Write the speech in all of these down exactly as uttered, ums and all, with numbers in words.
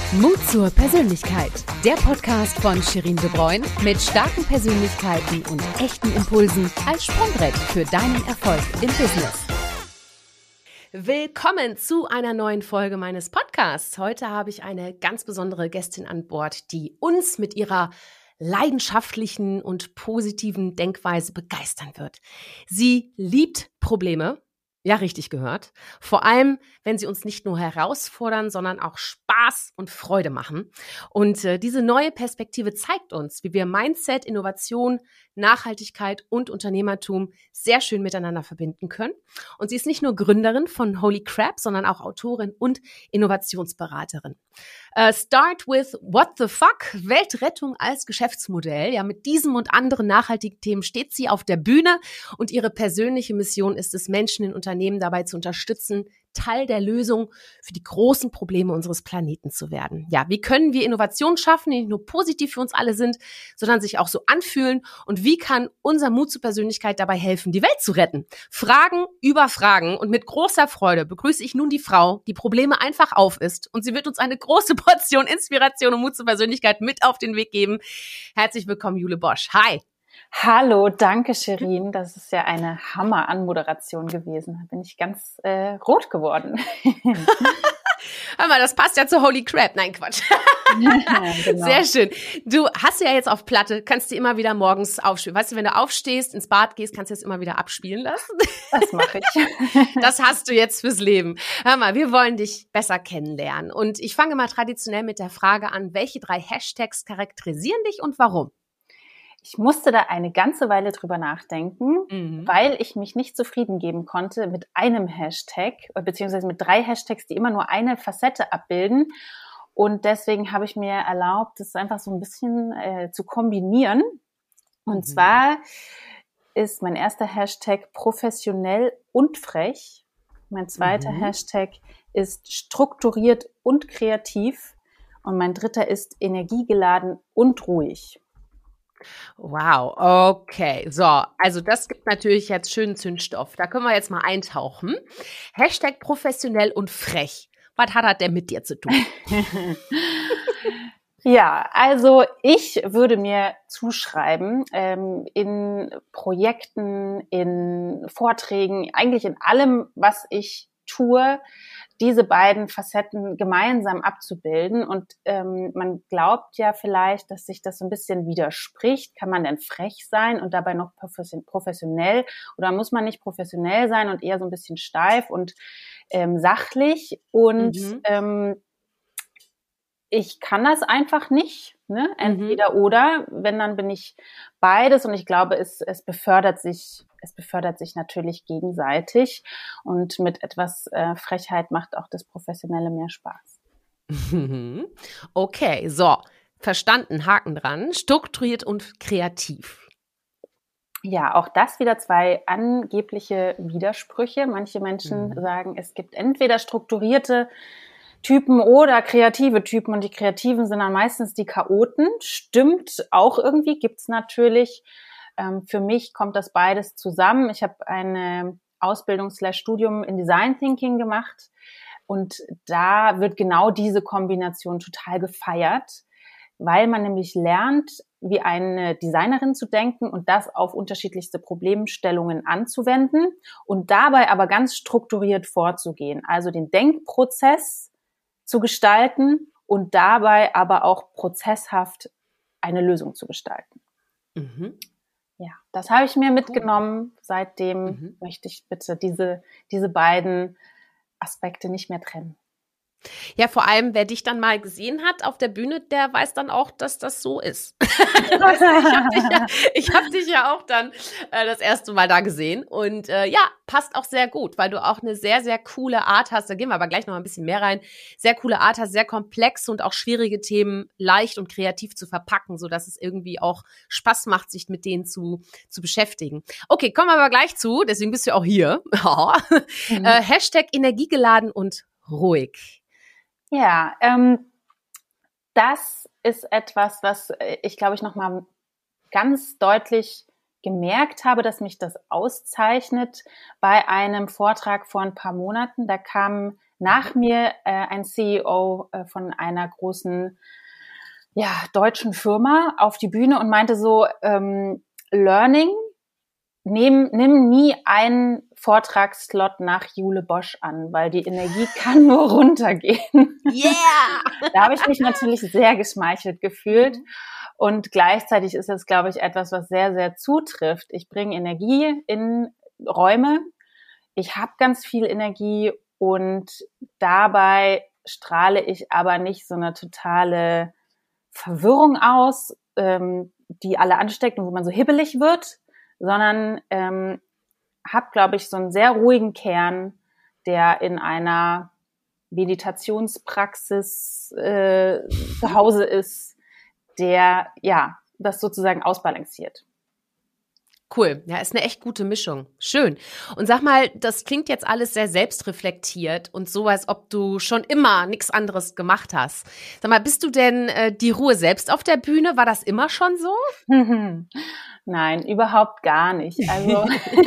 Mut zur Persönlichkeit. Der Podcast von Shirin De Bruyn mit starken Persönlichkeiten und echten Impulsen als Sprungbrett für deinen Erfolg im Business. Willkommen zu einer neuen Folge meines Podcasts. Heute habe ich eine ganz besondere Gästin an Bord, die uns mit ihrer leidenschaftlichen und positiven Denkweise begeistern wird. Sie liebt Probleme. Ja, richtig gehört. Vor allem, wenn sie uns nicht nur herausfordern, sondern auch Spaß und Freude machen. Und äh, diese neue Perspektive zeigt uns, wie wir Mindset, Innovation, Nachhaltigkeit und Unternehmertum sehr schön miteinander verbinden können. Und sie ist nicht nur Gründerin von Holy Crap, sondern auch Autorin und Innovationsberaterin. Uh, start with What the Fuck? Weltrettung als Geschäftsmodell. Ja, mit diesem und anderen nachhaltigen Themen steht sie auf der Bühne und ihre persönliche Mission ist es, Menschen in Unternehmen dabei zu unterstützen, Teil der Lösung für die großen Probleme unseres Planeten zu werden. Ja, wie können wir Innovationen schaffen, die nicht nur positiv für uns alle sind, sondern sich auch so anfühlen? Und wie kann unser Mut zur Persönlichkeit dabei helfen, die Welt zu retten? Fragen über Fragen. Und mit großer Freude begrüße ich nun die Frau, die Probleme einfach aufisst. Und sie wird uns eine große Portion Inspiration und Mut zur Persönlichkeit mit auf den Weg geben. Herzlich willkommen, Jule Bosch. Hi. Hallo, danke Shirin. Das ist ja eine Hammer-Anmoderation gewesen. Da bin ich ganz äh, rot geworden. Hör mal, das passt ja zu Holy Crap. Nein, Quatsch. Ja, genau. Sehr schön. Du hast ja jetzt auf Platte, kannst du immer wieder morgens aufspielen. Weißt du, wenn du aufstehst, ins Bad gehst, kannst du es immer wieder abspielen lassen. Das mache ich. Das hast du jetzt fürs Leben. Hör mal, wir wollen dich besser kennenlernen. Und ich fange mal traditionell mit der Frage an, welche drei Hashtags charakterisieren dich und warum? Ich musste da eine ganze Weile drüber nachdenken, mhm. weil ich mich nicht zufrieden geben konnte mit einem Hashtag, beziehungsweise mit drei Hashtags, die immer nur eine Facette abbilden. Und deswegen habe ich mir erlaubt, das einfach so ein bisschen äh, zu kombinieren. Und mhm. zwar ist mein erster Hashtag professionell und frech. Mein zweiter mhm. Hashtag ist strukturiert und kreativ. Und mein dritter ist energiegeladen und ruhig. Wow, okay. So, also das gibt natürlich jetzt schönen Zündstoff. Da können wir jetzt mal eintauchen. Hashtag professionell und frech. Was hat das denn mit dir zu tun? Ja, also ich würde mir zuschreiben, ähm, in Projekten, in Vorträgen, eigentlich in allem, was ich tue, diese beiden Facetten gemeinsam abzubilden. Und ähm, man glaubt ja vielleicht, dass sich das so ein bisschen widerspricht. Kann man denn frech sein und dabei noch professionell? Oder muss man nicht professionell sein und eher so ein bisschen steif und ähm, sachlich? Und mhm. ähm, ich kann das einfach nicht, ne? Entweder mhm. oder. Wenn, dann bin ich beides. Und ich glaube, es, es befördert sich Es befördert sich natürlich gegenseitig und mit etwas äh, Frechheit macht auch das Professionelle mehr Spaß. Okay, so, verstanden, Haken dran, strukturiert und kreativ. Ja, auch das wieder zwei angebliche Widersprüche. Manche Menschen mhm. sagen, es gibt entweder strukturierte Typen oder kreative Typen und die Kreativen sind dann meistens die Chaoten. Stimmt auch irgendwie, gibt's natürlich. Für mich kommt das beides zusammen. Ich habe eine Ausbildung slash Studium in Design Thinking gemacht und da wird genau diese Kombination total gefeiert, weil man nämlich lernt, wie eine Designerin zu denken und das auf unterschiedlichste Problemstellungen anzuwenden und dabei aber ganz strukturiert vorzugehen. Also den Denkprozess zu gestalten und dabei aber auch prozesshaft eine Lösung zu gestalten. Mhm. Ja, das habe ich mir mitgenommen. Seitdem mhm. möchte ich bitte diese, diese beiden Aspekte nicht mehr trennen. Ja, vor allem, wer dich dann mal gesehen hat auf der Bühne, der weiß dann auch, dass das so ist. Weißt du, ich habe dich, ja, ich hab dich ja auch dann äh, das erste Mal da gesehen und äh, ja, passt auch sehr gut, weil du auch eine sehr, sehr coole Art hast, da gehen wir aber gleich noch mal ein bisschen mehr rein, sehr coole Art hast, sehr komplexe und auch schwierige Themen leicht und kreativ zu verpacken, sodass es irgendwie auch Spaß macht, sich mit denen zu, zu beschäftigen. Okay, kommen wir aber gleich zu, deswegen bist du auch hier. mhm. äh, Hashtag energiegeladen und ruhig. Ja, ähm, das ist etwas, was ich, glaube ich, nochmal ganz deutlich gemerkt habe, dass mich das auszeichnet bei einem Vortrag vor ein paar Monaten. Da kam nach mir äh, ein C E O äh, von einer großen ja, deutschen Firma auf die Bühne und meinte so, ähm, Learning, Nimm, nimm nie einen Vortragsslot nach Jule Bosch an, weil die Energie kann nur runtergehen. Yeah! Da habe ich mich natürlich sehr geschmeichelt gefühlt. Und gleichzeitig ist es, glaube ich, etwas, was sehr, sehr zutrifft. Ich bringe Energie in Räume. Ich habe ganz viel Energie und dabei strahle ich aber nicht so eine totale Verwirrung aus, ähm, die alle ansteckt und wo man so hibbelig wird, sondern ähm, habe, glaube ich, so einen sehr ruhigen Kern, der in einer Meditationspraxis äh, zu Hause ist, der ja das sozusagen ausbalanciert. Cool. Ja, ist eine echt gute Mischung. Schön. Und sag mal, das klingt jetzt alles sehr selbstreflektiert und so, als ob du schon immer nichts anderes gemacht hast. Sag mal, bist du denn äh, die Ruhe selbst auf der Bühne? War das immer schon so? Nein, überhaupt gar nicht. Also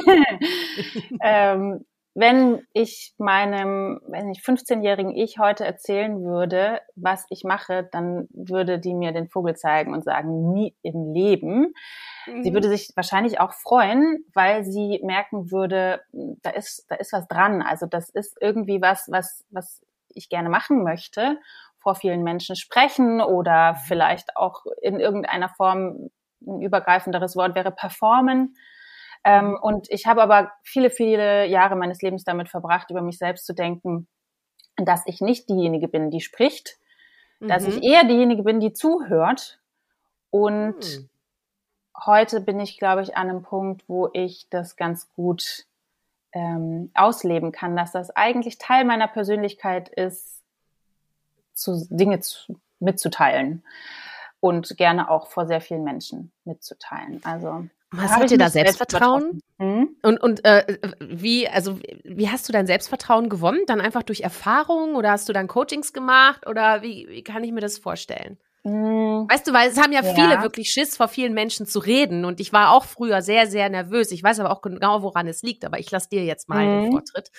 ähm, wenn ich meinem, wenn ich fünfzehnjährigen Ich heute erzählen würde, was ich mache, dann würde die mir den Vogel zeigen und sagen, nie im Leben. Mhm. Sie würde sich wahrscheinlich auch freuen, weil sie merken würde, da ist, da ist was dran. Also das ist irgendwie was, was, was ich gerne machen möchte, vor vielen Menschen sprechen oder vielleicht auch in irgendeiner Form, ein übergreifenderes Wort wäre performen. Ähm, und ich habe aber viele, viele Jahre meines Lebens damit verbracht, über mich selbst zu denken, dass ich nicht diejenige bin, die spricht, mhm. dass ich eher diejenige bin, die zuhört. Und mhm. heute bin ich, glaube ich, an einem Punkt, wo ich das ganz gut ähm, ausleben kann, dass das eigentlich Teil meiner Persönlichkeit ist, zu, Dinge zu, mitzuteilen und gerne auch vor sehr vielen Menschen mitzuteilen. Also Was hat dir da Selbstvertrauen? Hm? Und, und äh, wie, also wie hast du dein Selbstvertrauen gewonnen? Dann einfach durch Erfahrung oder hast du dann Coachings gemacht oder wie, wie kann ich mir das vorstellen? Hm. Weißt du, weil es haben ja, ja viele wirklich Schiss, vor vielen Menschen zu reden und ich war auch früher sehr, sehr nervös. Ich weiß aber auch genau, woran es liegt, aber ich lasse dir jetzt mal hm. den Vortritt.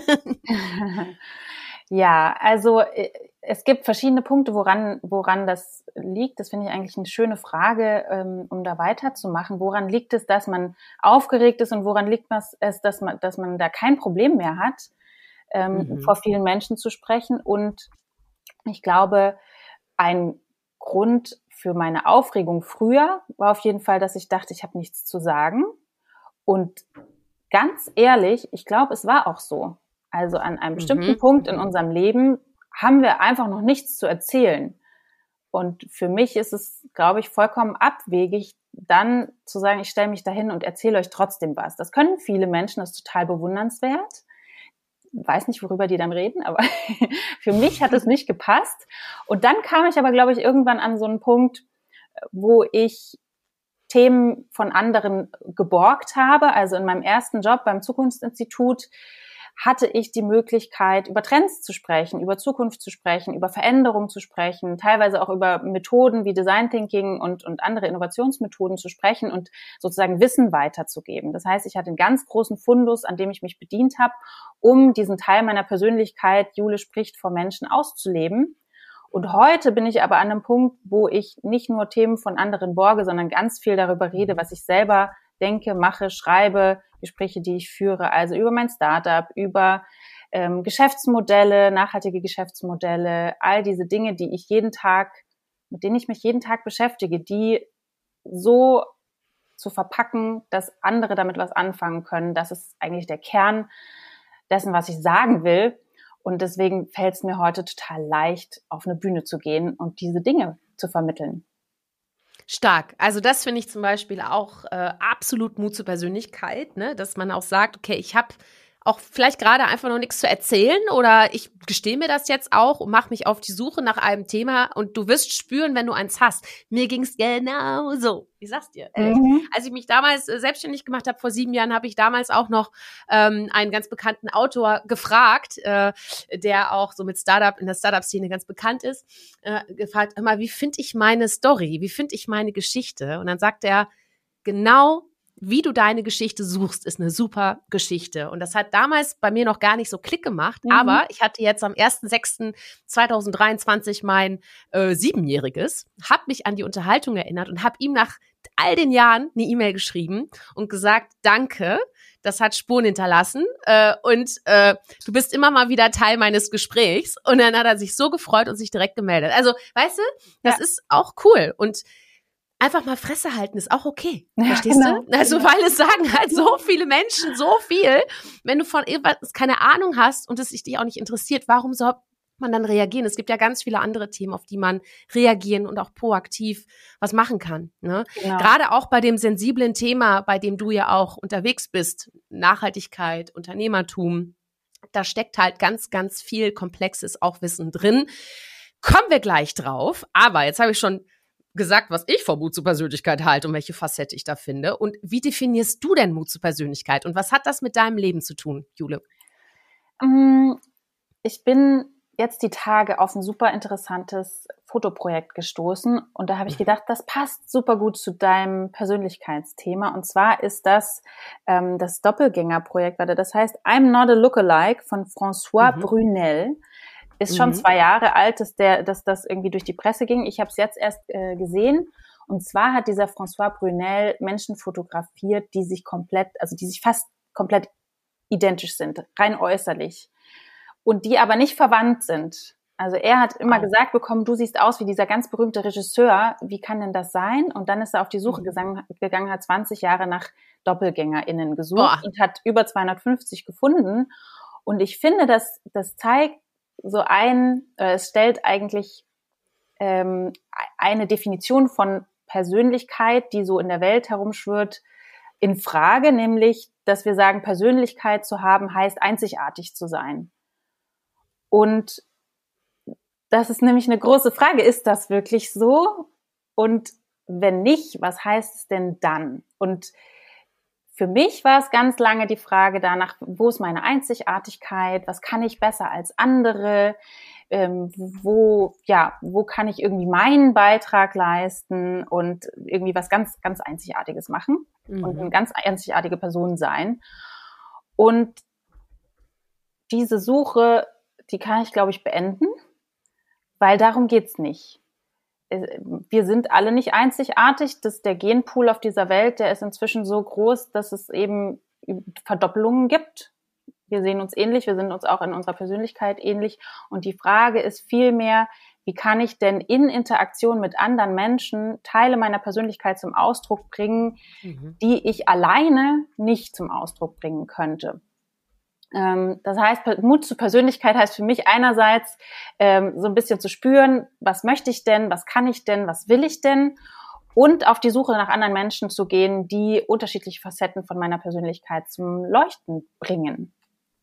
Ja, also es gibt verschiedene Punkte, woran, woran das liegt. Das finde ich eigentlich eine schöne Frage, ähm, um da weiterzumachen. Woran liegt es, dass man aufgeregt ist und woran liegt es, dass man, dass man da kein Problem mehr hat, ähm, mhm. vor vielen Menschen zu sprechen? Und ich glaube, ein Grund für meine Aufregung früher war auf jeden Fall, dass ich dachte, ich habe nichts zu sagen. Und ganz ehrlich, ich glaube, es war auch so. Also an einem bestimmten mhm. Punkt in unserem Leben haben wir einfach noch nichts zu erzählen. Und für mich ist es, glaube ich, vollkommen abwegig, dann zu sagen, ich stelle mich dahin und erzähle euch trotzdem was. Das können viele Menschen, das ist total bewundernswert. Ich weiß nicht, worüber die dann reden, aber für mich hat es nicht gepasst. Und dann kam ich aber, glaube ich, irgendwann an so einen Punkt, wo ich Themen von anderen geborgt habe. Also in meinem ersten Job beim Zukunftsinstitut hatte ich die Möglichkeit, über Trends zu sprechen, über Zukunft zu sprechen, über Veränderung zu sprechen, teilweise auch über Methoden wie Design Thinking und, und andere Innovationsmethoden zu sprechen und sozusagen Wissen weiterzugeben. Das heißt, ich hatte einen ganz großen Fundus, an dem ich mich bedient habe, um diesen Teil meiner Persönlichkeit, Jule spricht vor Menschen, auszuleben. Und heute bin ich aber an einem Punkt, wo ich nicht nur Themen von anderen borge, sondern ganz viel darüber rede, was ich selber denke, mache, schreibe, Gespräche, die ich führe, also über mein Startup, über ähm, Geschäftsmodelle, nachhaltige Geschäftsmodelle, all diese Dinge, die ich jeden Tag, mit denen ich mich jeden Tag beschäftige, die so zu verpacken, dass andere damit was anfangen können. Das ist eigentlich der Kern dessen, was ich sagen will. Und deswegen fällt es mir heute total leicht, auf eine Bühne zu gehen und diese Dinge zu vermitteln. Stark. Also das finde ich zum Beispiel auch äh, absolut Mut zur Persönlichkeit, ne? Dass man auch sagt, okay, ich habe auch vielleicht gerade einfach noch nichts zu erzählen oder ich gestehe mir das jetzt auch und mache mich auf die Suche nach einem Thema und du wirst spüren, wenn du eins hast. Mir ging's genau so. Ich sag's dir, ehrlich. Mhm. Als ich mich damals äh, selbstständig gemacht habe, vor sieben Jahren, habe ich damals auch noch ähm, einen ganz bekannten Autor gefragt, äh, der auch so mit Startup, in der Startup-Szene ganz bekannt ist, äh, gefragt, hör mal, wie finde ich meine Story? Wie finde ich meine Geschichte? Und dann sagt er, genau wie du deine Geschichte suchst, ist eine super Geschichte. Und das hat damals bei mir noch gar nicht so Klick gemacht. Mhm. Aber ich hatte jetzt am erster sechster zweitausenddreiundzwanzig mein äh, Siebenjähriges, habe mich an die Unterhaltung erinnert und habe ihm nach all den Jahren eine E-Mail geschrieben und gesagt, danke, das hat Spuren hinterlassen äh, und äh, du bist immer mal wieder Teil meines Gesprächs. Und dann hat er sich so gefreut und sich direkt gemeldet. Also, weißt du, das ja. ist auch cool. Und einfach mal Fresse halten ist auch okay. Verstehst ja, genau, du? Also, genau. Weil es sagen halt so viele Menschen so viel. Wenn du von irgendwas keine Ahnung hast und es dich auch nicht interessiert, warum soll man dann reagieren? Es gibt ja ganz viele andere Themen, auf die man reagieren und auch proaktiv was machen kann. Ne? Genau. Gerade auch bei dem sensiblen Thema, bei dem du ja auch unterwegs bist, Nachhaltigkeit, Unternehmertum, da steckt halt ganz, ganz viel komplexes auch Wissen drin. Kommen wir gleich drauf. Aber jetzt habe ich schon gesagt, was ich von Mut zur Persönlichkeit halte und welche Facette ich da finde. Und wie definierst du denn Mut zur Persönlichkeit? Und was hat das mit deinem Leben zu tun, Jule? Ich bin jetzt die Tage auf ein super interessantes Fotoprojekt gestoßen und da habe ich gedacht, das passt super gut zu deinem Persönlichkeitsthema und zwar ist das ähm, das Doppelgängerprojekt, warte, das heißt I'm Not a Lookalike von François mhm. Brunel. Ist schon mhm. zwei Jahre alt, dass, der, dass das irgendwie durch die Presse ging. Ich habe es jetzt erst äh, gesehen und zwar hat dieser François Brunel Menschen fotografiert, die sich komplett, also die sich fast komplett identisch sind, rein äußerlich. Und die aber nicht verwandt sind. Also er hat immer oh. gesagt bekommen, du siehst aus wie dieser ganz berühmte Regisseur, wie kann denn das sein? Und dann ist er auf die Suche gegangen, gegangen hat zwanzig Jahre nach DoppelgängerInnen gesucht Boah. und hat über zweihundertfünfzig gefunden. Und ich finde, dass das zeigt so ein, äh, es stellt eigentlich ähm, eine Definition von Persönlichkeit, die so in der Welt herumschwirrt, in Frage, nämlich, dass wir sagen, Persönlichkeit zu haben heißt einzigartig zu sein. Und das ist nämlich eine große Frage, ist das wirklich so? Und wenn nicht, was heißt es denn dann? Und für mich war es ganz lange die Frage danach, wo ist meine Einzigartigkeit? Was kann ich besser als andere? Ähm, wo, ja, wo kann ich irgendwie meinen Beitrag leisten und irgendwie was ganz, ganz Einzigartiges machen mhm. und eine ganz einzigartige Person sein? Und diese Suche, die kann ich, glaube ich, beenden, weil darum geht's nicht. Wir sind alle nicht einzigartig. Das, der Genpool auf dieser Welt, der ist inzwischen so groß, dass es eben Verdoppelungen gibt. Wir sehen uns ähnlich, wir sind uns auch in unserer Persönlichkeit ähnlich. Und die Frage ist vielmehr, wie kann ich denn in Interaktion mit anderen Menschen Teile meiner Persönlichkeit zum Ausdruck bringen, mhm. die ich alleine nicht zum Ausdruck bringen könnte. Das heißt, Mut zur Persönlichkeit heißt für mich einerseits ähm, so ein bisschen zu spüren, was möchte ich denn, was kann ich denn, was will ich denn und auf die Suche nach anderen Menschen zu gehen, die unterschiedliche Facetten von meiner Persönlichkeit zum Leuchten bringen.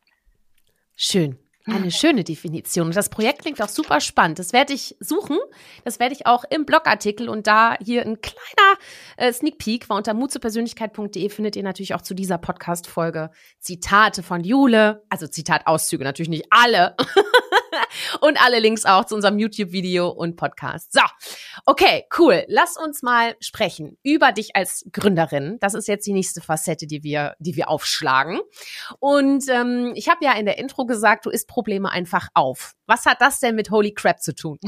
Schön. Eine schöne Definition. Und das Projekt klingt auch super spannend. Das werde ich suchen. Das werde ich auch im Blogartikel und da hier ein kleiner äh, Sneak Peek war unter mut zur persönlichkeit punkt de findet ihr natürlich auch zu dieser Podcast-Folge Zitate von Jule. Also Zitatauszüge, natürlich nicht alle. Und alle Links auch zu unserem YouTube-Video und Podcast. So, okay, cool. Lass uns mal sprechen über dich als Gründerin. Das ist jetzt die nächste Facette, die wir, die wir aufschlagen. Und ähm, ich habe ja in der Intro gesagt, du isst Probleme einfach auf. Was hat das denn mit Holy Crap zu tun?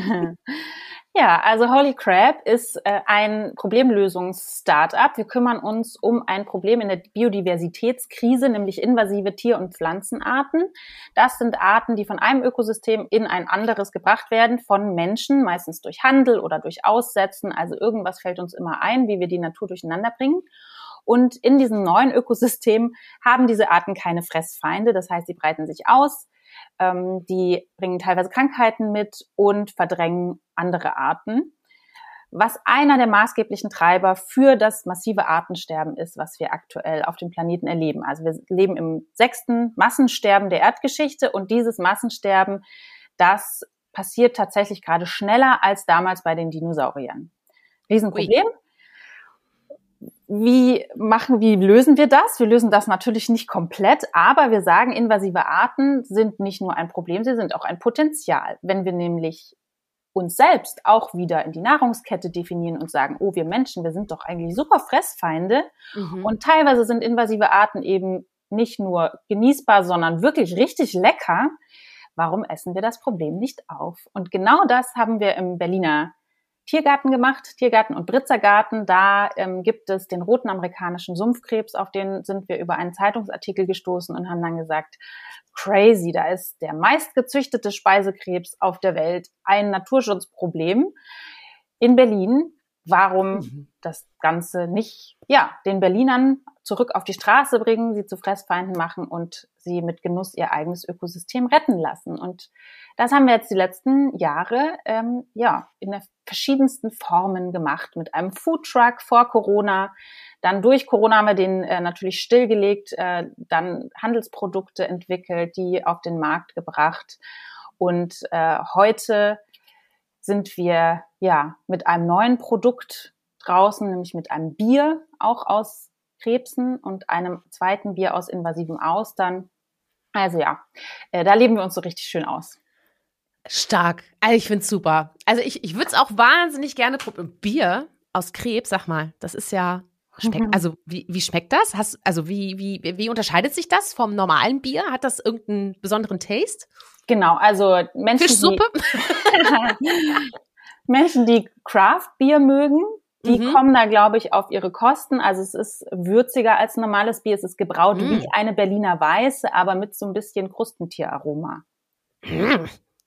Ja, also Holy Crap ist äh, ein Problemlösungs-Startup. Wir kümmern uns um ein Problem in der Biodiversitätskrise, nämlich invasive Tier- und Pflanzenarten. Das sind Arten, die von einem Ökosystem in ein anderes gebracht werden, von Menschen, meistens durch Handel oder durch Aussetzen. Also irgendwas fällt uns immer ein, wie wir die Natur durcheinander bringen. Und in diesem neuen Ökosystem haben diese Arten keine Fressfeinde. Das heißt, sie breiten sich aus. Die bringen teilweise Krankheiten mit und verdrängen andere Arten, was einer der maßgeblichen Treiber für das massive Artensterben ist, was wir aktuell auf dem Planeten erleben. Also wir leben im sechsten Massensterben der Erdgeschichte und dieses Massensterben, das passiert tatsächlich gerade schneller als damals bei den Dinosauriern. Riesenproblem. Ui. Wie machen, wie lösen wir das? Wir lösen das natürlich nicht komplett, aber wir sagen, invasive Arten sind nicht nur ein Problem, sie sind auch ein Potenzial. Wenn wir nämlich uns selbst auch wieder in die Nahrungskette definieren und sagen, oh, wir Menschen, wir sind doch eigentlich super Fressfeinde. Mhm. Und teilweise sind invasive Arten eben nicht nur genießbar, sondern wirklich richtig lecker. Warum essen wir das Problem nicht auf? Und genau das haben wir im Berliner Tiergarten gemacht, Tiergarten und Britzergarten. Da ähm, gibt es den roten amerikanischen Sumpfkrebs, auf den sind wir über einen Zeitungsartikel gestoßen und haben dann gesagt, crazy, da ist der meistgezüchtete Speisekrebs auf der Welt ein Naturschutzproblem in Berlin. Warum mhm. das Ganze nicht, ja, den Berlinern zurück auf die Straße bringen, sie zu Fressfeinden machen und sie mit Genuss ihr eigenes Ökosystem retten lassen. Und das haben wir jetzt die letzten Jahre, ähm, ja, in der verschiedensten Formen gemacht. Mit einem Foodtruck vor Corona. Dann durch Corona haben wir den äh, natürlich stillgelegt, äh, dann Handelsprodukte entwickelt, die auf den Markt gebracht. Und äh, heute sind wir ja mit einem neuen Produkt draußen, nämlich mit einem Bier, auch aus Krebsen und einem zweiten Bier aus invasiven Austern. Also ja, äh, da leben wir uns so richtig schön aus. Stark. Also ich find's super. Also ich, ich würde es auch wahnsinnig gerne probieren. Bier aus Krebs, sag mal, das ist ja, schmeckt, also wie, wie schmeckt das? Hast, also wie, wie, wie unterscheidet sich das vom normalen Bier? Hat das irgendeinen besonderen Taste? Genau, also Menschen, Fischsuppe? Die, Menschen, die Craft-Bier mögen, die mhm. kommen da, glaube ich, auf ihre Kosten. Also es ist würziger als normales Bier. Es ist gebraut mhm. wie eine Berliner Weiße, aber mit so ein bisschen Krustentieraroma. Mhm.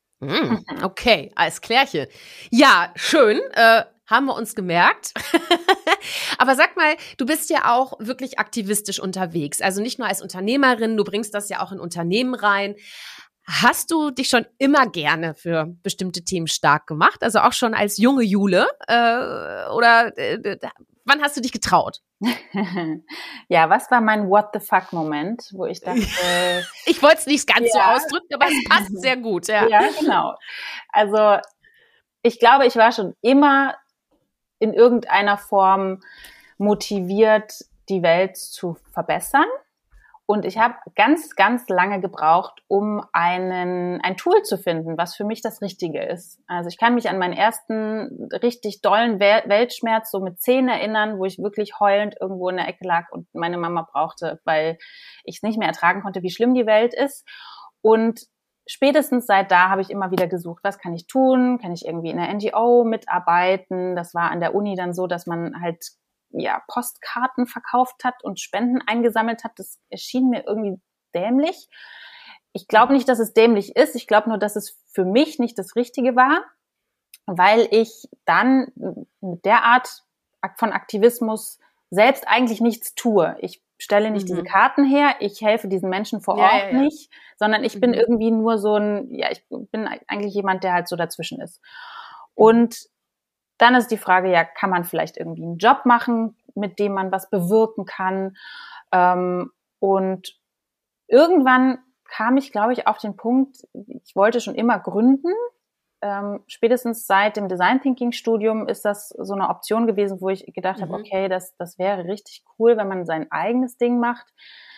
Okay, alles klärchen. Ja, schön, äh, haben wir uns gemerkt. Aber sag mal, du bist ja auch wirklich aktivistisch unterwegs. Also nicht nur als Unternehmerin, du bringst das ja auch in Unternehmen rein. Hast du dich schon immer gerne für bestimmte Themen stark gemacht? Also auch schon als junge Jule? Äh, oder äh, wann hast du dich getraut? Ja, was war mein What the fuck-Moment, wo ich dachte... ich wollte es nicht ganz ja. so ausdrücken, aber es passt sehr gut. Ja. ja, genau. Also ich glaube, ich war schon immer in irgendeiner Form motiviert, die Welt zu verbessern. Und ich habe ganz, ganz lange gebraucht, um einen ein Tool zu finden, was für mich das Richtige ist. Also ich kann mich an meinen ersten richtig dollen Weltschmerz so mit zehn erinnern, wo ich wirklich heulend irgendwo in der Ecke lag und meine Mama brauchte, weil ich es nicht mehr ertragen konnte, wie schlimm die Welt ist. Und spätestens seit da habe ich immer wieder gesucht, was kann ich tun? Kann ich irgendwie in der N G O mitarbeiten? Das war an der Uni dann so, dass man halt ja, Postkarten verkauft hat und Spenden eingesammelt hat. Das erschien mir irgendwie dämlich. Ich glaube nicht, dass es dämlich ist. Ich glaube nur, dass es für mich nicht das Richtige war, weil ich dann mit der Art von Aktivismus selbst eigentlich nichts tue. Ich stelle nicht mhm. diese Karten her, ich helfe diesen Menschen vor Ort ja, ja, ja. nicht, sondern ich mhm. bin irgendwie nur so ein, ja, ich bin eigentlich jemand, der halt so dazwischen ist. Und dann ist die Frage, ja, kann man vielleicht irgendwie einen Job machen, mit dem man was bewirken kann? Ähm, und irgendwann kam ich, glaube ich, auf den Punkt, ich wollte schon immer gründen. Ähm, spätestens seit dem Design Thinking Studium ist das so eine Option gewesen, wo ich gedacht mhm. habe, okay, das, das wäre richtig cool, wenn man sein eigenes Ding macht.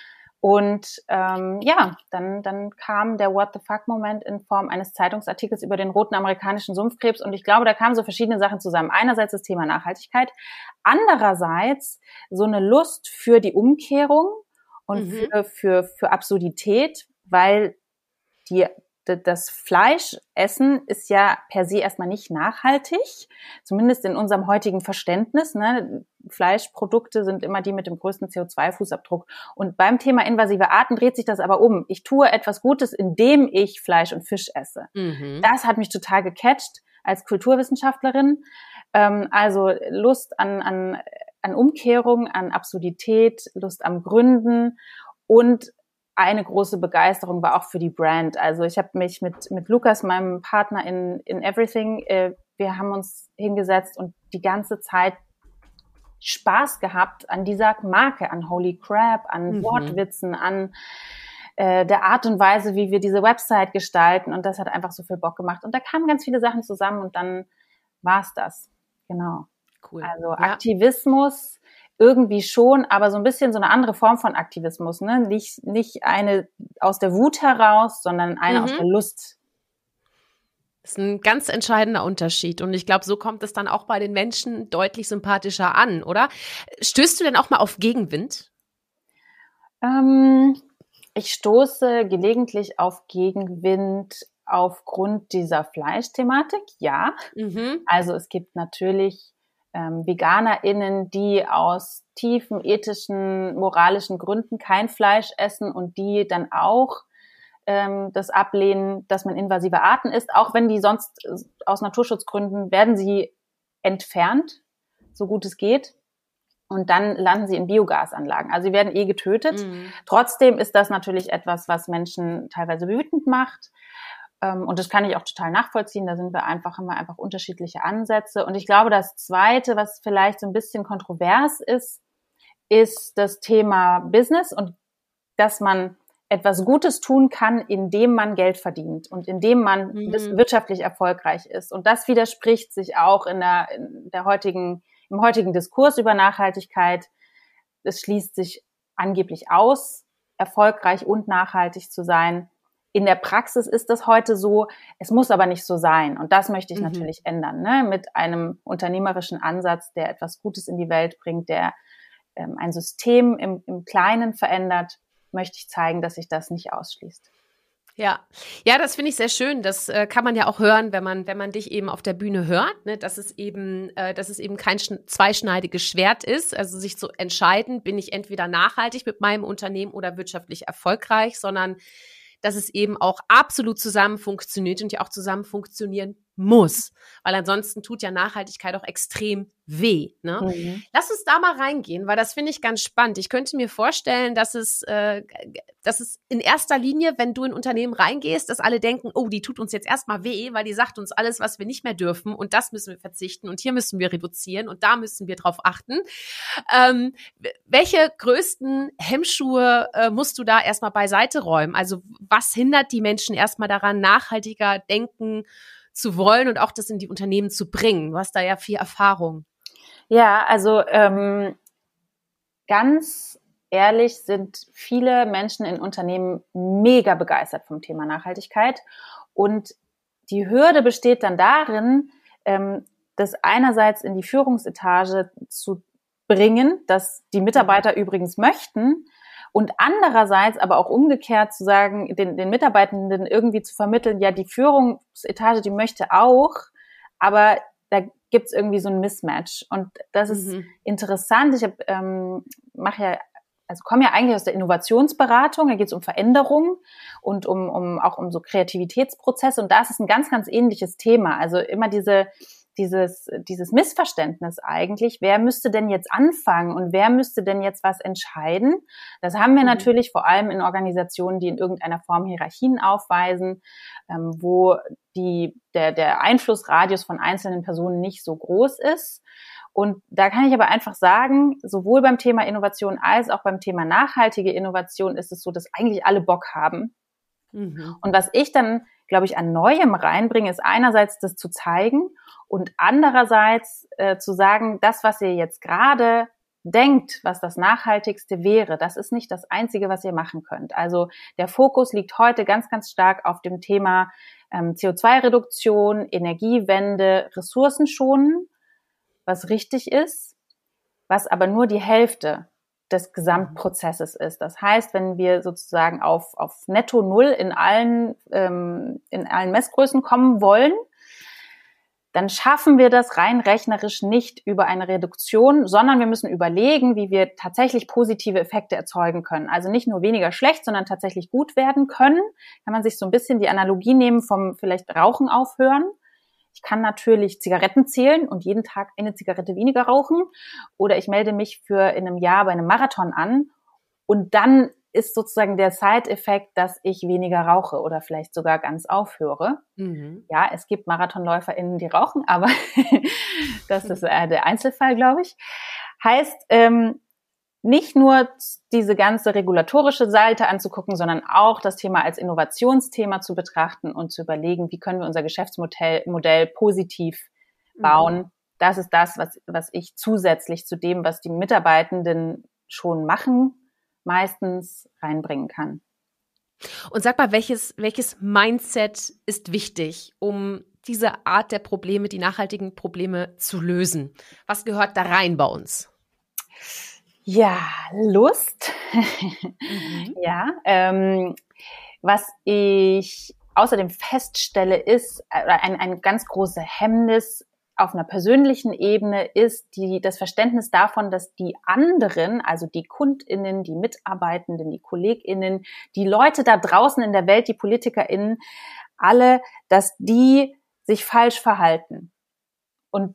Und ähm, ja, dann, dann kam der What the fuck-Moment in Form eines Zeitungsartikels über den roten amerikanischen Sumpfkrebs. Und ich glaube, da kamen so verschiedene Sachen zusammen. Einerseits das Thema Nachhaltigkeit, andererseits so eine Lust für die Umkehrung und mhm. für, für, für Absurdität, weil die das Fleischessen ist ja per se erstmal nicht nachhaltig, zumindest in unserem heutigen Verständnis. Ne? Fleischprodukte sind immer die mit dem größten C O zwei Fußabdruck. Und beim Thema invasive Arten dreht sich das aber um. Ich tue etwas Gutes, indem ich Fleisch und Fisch esse. Mhm. Das hat mich total gecatcht als Kulturwissenschaftlerin. Ähm, also Lust an, an, an Umkehrung, an Absurdität, Lust am Gründen und eine große Begeisterung war auch für die Brand. Also ich habe mich mit mit Lukas, meinem Partner in in Everything, äh, wir haben uns hingesetzt und die ganze Zeit Spaß gehabt an dieser Marke, an Holy Crab, an mhm. Wortwitzen, an äh, der Art und Weise, wie wir diese Website gestalten. Und das hat einfach so viel Bock gemacht. Und da kamen ganz viele Sachen zusammen und dann war's das. Genau. Cool. Also ja. Aktivismus irgendwie schon, aber so ein bisschen so eine andere Form von Aktivismus, ne? Nicht, nicht eine aus der Wut heraus, sondern eine mhm. aus der Lust. Das ist ein ganz entscheidender Unterschied. Und ich glaube, so kommt es dann auch bei den Menschen deutlich sympathischer an, oder? Stößt du denn auch mal auf Gegenwind? Ähm, ich stoße gelegentlich auf Gegenwind aufgrund dieser Fleischthematik, ja. Mhm. Also es gibt natürlich ähm, VeganerInnen, die aus tiefen ethischen, moralischen Gründen kein Fleisch essen und die dann auch ähm, das ablehnen, dass man invasive Arten isst. Auch wenn die sonst äh, aus Naturschutzgründen werden sie entfernt, so gut es geht. Und dann landen sie in Biogasanlagen. Also sie werden eh getötet. Mhm. Trotzdem ist das natürlich etwas, was Menschen teilweise wütend macht. Und das kann ich auch total nachvollziehen. Da sind wir einfach, haben wir einfach unterschiedliche Ansätze. Und ich glaube, das Zweite, was vielleicht so ein bisschen kontrovers ist, ist das Thema Business und dass man etwas Gutes tun kann, indem man Geld verdient und indem man mhm. wirtschaftlich erfolgreich ist. Und das widerspricht sich auch in der, in der heutigen Im heutigen Diskurs über Nachhaltigkeit. Es schließt sich angeblich aus, erfolgreich und nachhaltig zu sein. In der Praxis ist das heute so, es muss aber nicht so sein. Und das möchte ich mhm. natürlich ändern, ne? Mit einem unternehmerischen Ansatz, der etwas Gutes in die Welt bringt, der ähm, ein System im, im Kleinen verändert, möchte ich zeigen, dass sich das nicht ausschließt. Ja, ja, das finde ich sehr schön. Das äh, kann man ja auch hören, wenn man, wenn man dich eben auf der Bühne hört, ne, dass es eben, äh, dass es eben kein schn- zweischneidiges Schwert ist. Also sich zu entscheiden, bin ich entweder nachhaltig mit meinem Unternehmen oder wirtschaftlich erfolgreich, sondern dass es eben auch absolut zusammen funktioniert und ja auch zusammen funktionieren muss. Weil ansonsten tut ja Nachhaltigkeit auch extrem weh. Ne? Mhm. Lass uns da mal reingehen, weil das finde ich ganz spannend. Ich könnte mir vorstellen, dass es, äh, dass es in erster Linie, wenn du in ein Unternehmen reingehst, dass alle denken, oh, die tut uns jetzt erstmal weh, weil die sagt uns alles, was wir nicht mehr dürfen und das müssen wir verzichten und hier müssen wir reduzieren und da müssen wir drauf achten. Ähm, welche größten Hemmschuhe äh, musst du da erstmal beiseite räumen? Also was hindert die Menschen erstmal daran, nachhaltiger denken zu wollen und auch das in die Unternehmen zu bringen? Du hast da ja viel Erfahrung. Ja, also ähm, ganz ehrlich sind viele Menschen in Unternehmen mega begeistert vom Thema Nachhaltigkeit. Und die Hürde besteht dann darin, ähm, das einerseits in die Führungsetage zu bringen, dass die Mitarbeiter mhm. übrigens möchten, und andererseits aber auch umgekehrt zu sagen, den, den Mitarbeitenden irgendwie zu vermitteln, ja, die Führungsetage, die möchte auch, aber da gibt's irgendwie so ein Mismatch. Und das ist mhm. interessant. Ich hab, ähm, mache ja, also komme ja eigentlich aus der Innovationsberatung, da geht's um Veränderung und um, um auch um so Kreativitätsprozesse. Und da ist es ein ganz, ganz ähnliches Thema. Also immer diese dieses, dieses Missverständnis eigentlich, wer müsste denn jetzt anfangen und wer müsste denn jetzt was entscheiden? Das haben wir mhm. natürlich vor allem in Organisationen, die in irgendeiner Form Hierarchien aufweisen, ähm, wo die, der, der Einflussradius von einzelnen Personen nicht so groß ist. Und da kann ich aber einfach sagen, sowohl beim Thema Innovation als auch beim Thema nachhaltige Innovation ist es so, dass eigentlich alle Bock haben. Mhm. Und was ich dann, glaube ich, an Neuem reinbringe, ist einerseits das zu zeigen und andererseits äh, zu sagen, das, was ihr jetzt gerade denkt, was das Nachhaltigste wäre, das ist nicht das Einzige, was ihr machen könnt. Also der Fokus liegt heute ganz, ganz stark auf dem Thema ähm, C O zwei Reduktion, Energiewende, Ressourcen schonen, was richtig ist, was aber nur die Hälfte des Gesamtprozesses ist. Das heißt, wenn wir sozusagen auf, auf Netto Null in allen, ähm, in allen Messgrößen kommen wollen, dann schaffen wir das rein rechnerisch nicht über eine Reduktion, sondern wir müssen überlegen, wie wir tatsächlich positive Effekte erzeugen können. Also nicht nur weniger schlecht, sondern tatsächlich gut werden können. Kann man sich so ein bisschen die Analogie nehmen vom vielleicht Rauchen aufhören. Ich kann natürlich Zigaretten zählen und jeden Tag eine Zigarette weniger rauchen. Oder ich melde mich für in einem Jahr bei einem Marathon an. Und dann ist sozusagen der Side-Effekt, dass ich weniger rauche oder vielleicht sogar ganz aufhöre. Mhm. Ja, es gibt MarathonläuferInnen, die rauchen, aber das ist äh, der Einzelfall, glaube ich. Heißt, ähm, nicht nur diese ganze regulatorische Seite anzugucken, sondern auch das Thema als Innovationsthema zu betrachten und zu überlegen, wie können wir unser Geschäftsmodell Modell positiv bauen. Mhm. Das ist das, was, was ich zusätzlich zu dem, was die Mitarbeitenden schon machen, meistens reinbringen kann. Und sag mal, welches, welches Mindset ist wichtig, um diese Art der Probleme, die nachhaltigen Probleme zu lösen? Was gehört da rein bei uns? Ja, Lust. mhm. Ja, ähm, was ich außerdem feststelle, ist ein, ein ganz großes Hemmnis auf einer persönlichen Ebene ist die, das Verständnis davon, dass die anderen, also die KundInnen, die Mitarbeitenden, die KollegInnen, die Leute da draußen in der Welt, die PolitikerInnen, alle, dass die sich falsch verhalten und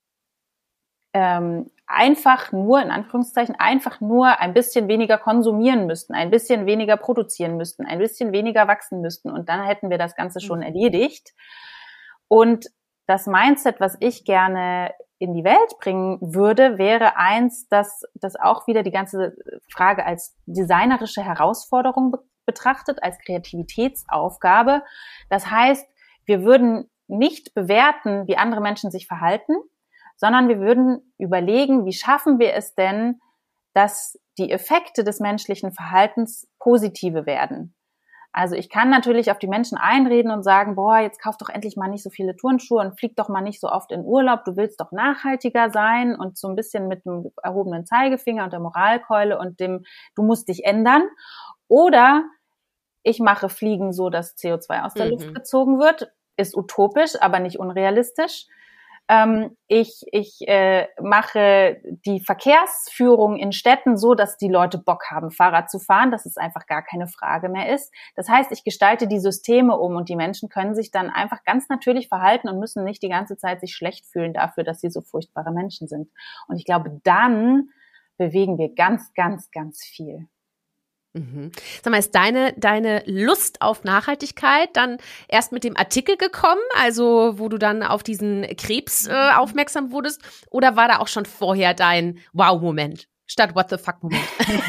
ähm, einfach nur, in Anführungszeichen, einfach nur ein bisschen weniger konsumieren müssten, ein bisschen weniger produzieren müssten, ein bisschen weniger wachsen müssten und dann hätten wir das Ganze schon erledigt. Und das Mindset, was ich gerne in die Welt bringen würde, wäre eins, dass das auch wieder die ganze Frage als designerische Herausforderung be- betrachtet, als Kreativitätsaufgabe. Das heißt, wir würden nicht bewerten, wie andere Menschen sich verhalten, sondern wir würden überlegen, wie schaffen wir es denn, dass die Effekte des menschlichen Verhaltens positive werden. Also ich kann natürlich auf die Menschen einreden und sagen, boah, jetzt kauf doch endlich mal nicht so viele Turnschuhe und flieg doch mal nicht so oft in Urlaub, du willst doch nachhaltiger sein und so ein bisschen mit dem erhobenen Zeigefinger und der Moralkeule und dem, du musst dich ändern. Oder ich mache Fliegen so, dass C O zwei aus der mhm. Luft gezogen wird, ist utopisch, aber nicht unrealistisch. Ähm, ich ich äh, mache die Verkehrsführung in Städten so, dass die Leute Bock haben, Fahrrad zu fahren, dass es einfach gar keine Frage mehr ist. Das heißt, ich gestalte die Systeme um und die Menschen können sich dann einfach ganz natürlich verhalten und müssen nicht die ganze Zeit sich schlecht fühlen dafür, dass sie so furchtbare Menschen sind. Und ich glaube, dann bewegen wir ganz, ganz, ganz viel. Mhm. Sag mal, ist deine, deine Lust auf Nachhaltigkeit dann erst mit dem Artikel gekommen, also wo du dann auf diesen Krebs äh, aufmerksam wurdest, oder war da auch schon vorher dein Wow-Moment statt What the fuck-Moment?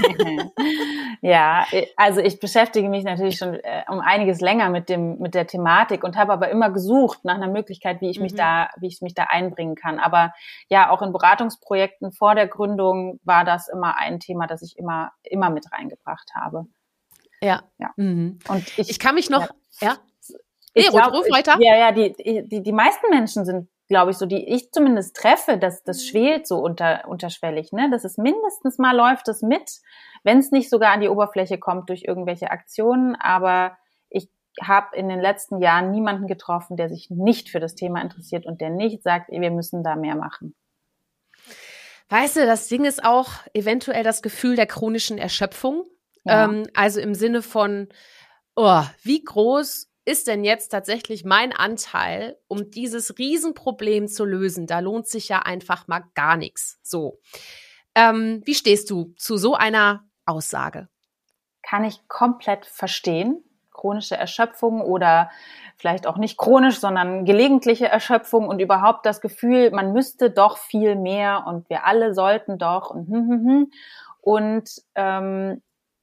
Ja, also ich beschäftige mich natürlich schon äh, um einiges länger mit dem mit der Thematik und habe aber immer gesucht nach einer Möglichkeit, wie ich mich mhm. da wie ich mich da einbringen kann. Aber ja, auch in Beratungsprojekten vor der Gründung war das immer ein Thema, das ich immer immer mit reingebracht habe. Ja. ja. Mhm. Und ich, ich kann mich noch, ja. ja? Ich nee, glaub, ruf weiter. Ich, ja, ja, die, die, die meisten Menschen sind, glaube ich, so, die ich zumindest treffe, dass das schwelt so unter, unterschwellig, ne, dass es mindestens mal läuft es mit, wenn es nicht sogar an die Oberfläche kommt durch irgendwelche Aktionen, aber ich habe in den letzten Jahren niemanden getroffen, der sich nicht für das Thema interessiert und der nicht sagt, wir müssen da mehr machen. Weißt du, das Ding ist auch eventuell das Gefühl der chronischen Erschöpfung, ja. ähm, also im Sinne von, oh, wie groß ist denn jetzt tatsächlich mein Anteil, um dieses Riesenproblem zu lösen? Da lohnt sich ja einfach mal gar nichts. So, ähm, wie stehst du zu so einer Aussage? Kann ich komplett verstehen. Chronische Erschöpfung oder vielleicht auch nicht chronisch, sondern gelegentliche Erschöpfung und überhaupt das Gefühl, man müsste doch viel mehr und wir alle sollten doch und hm, hm, hm. Und ähm,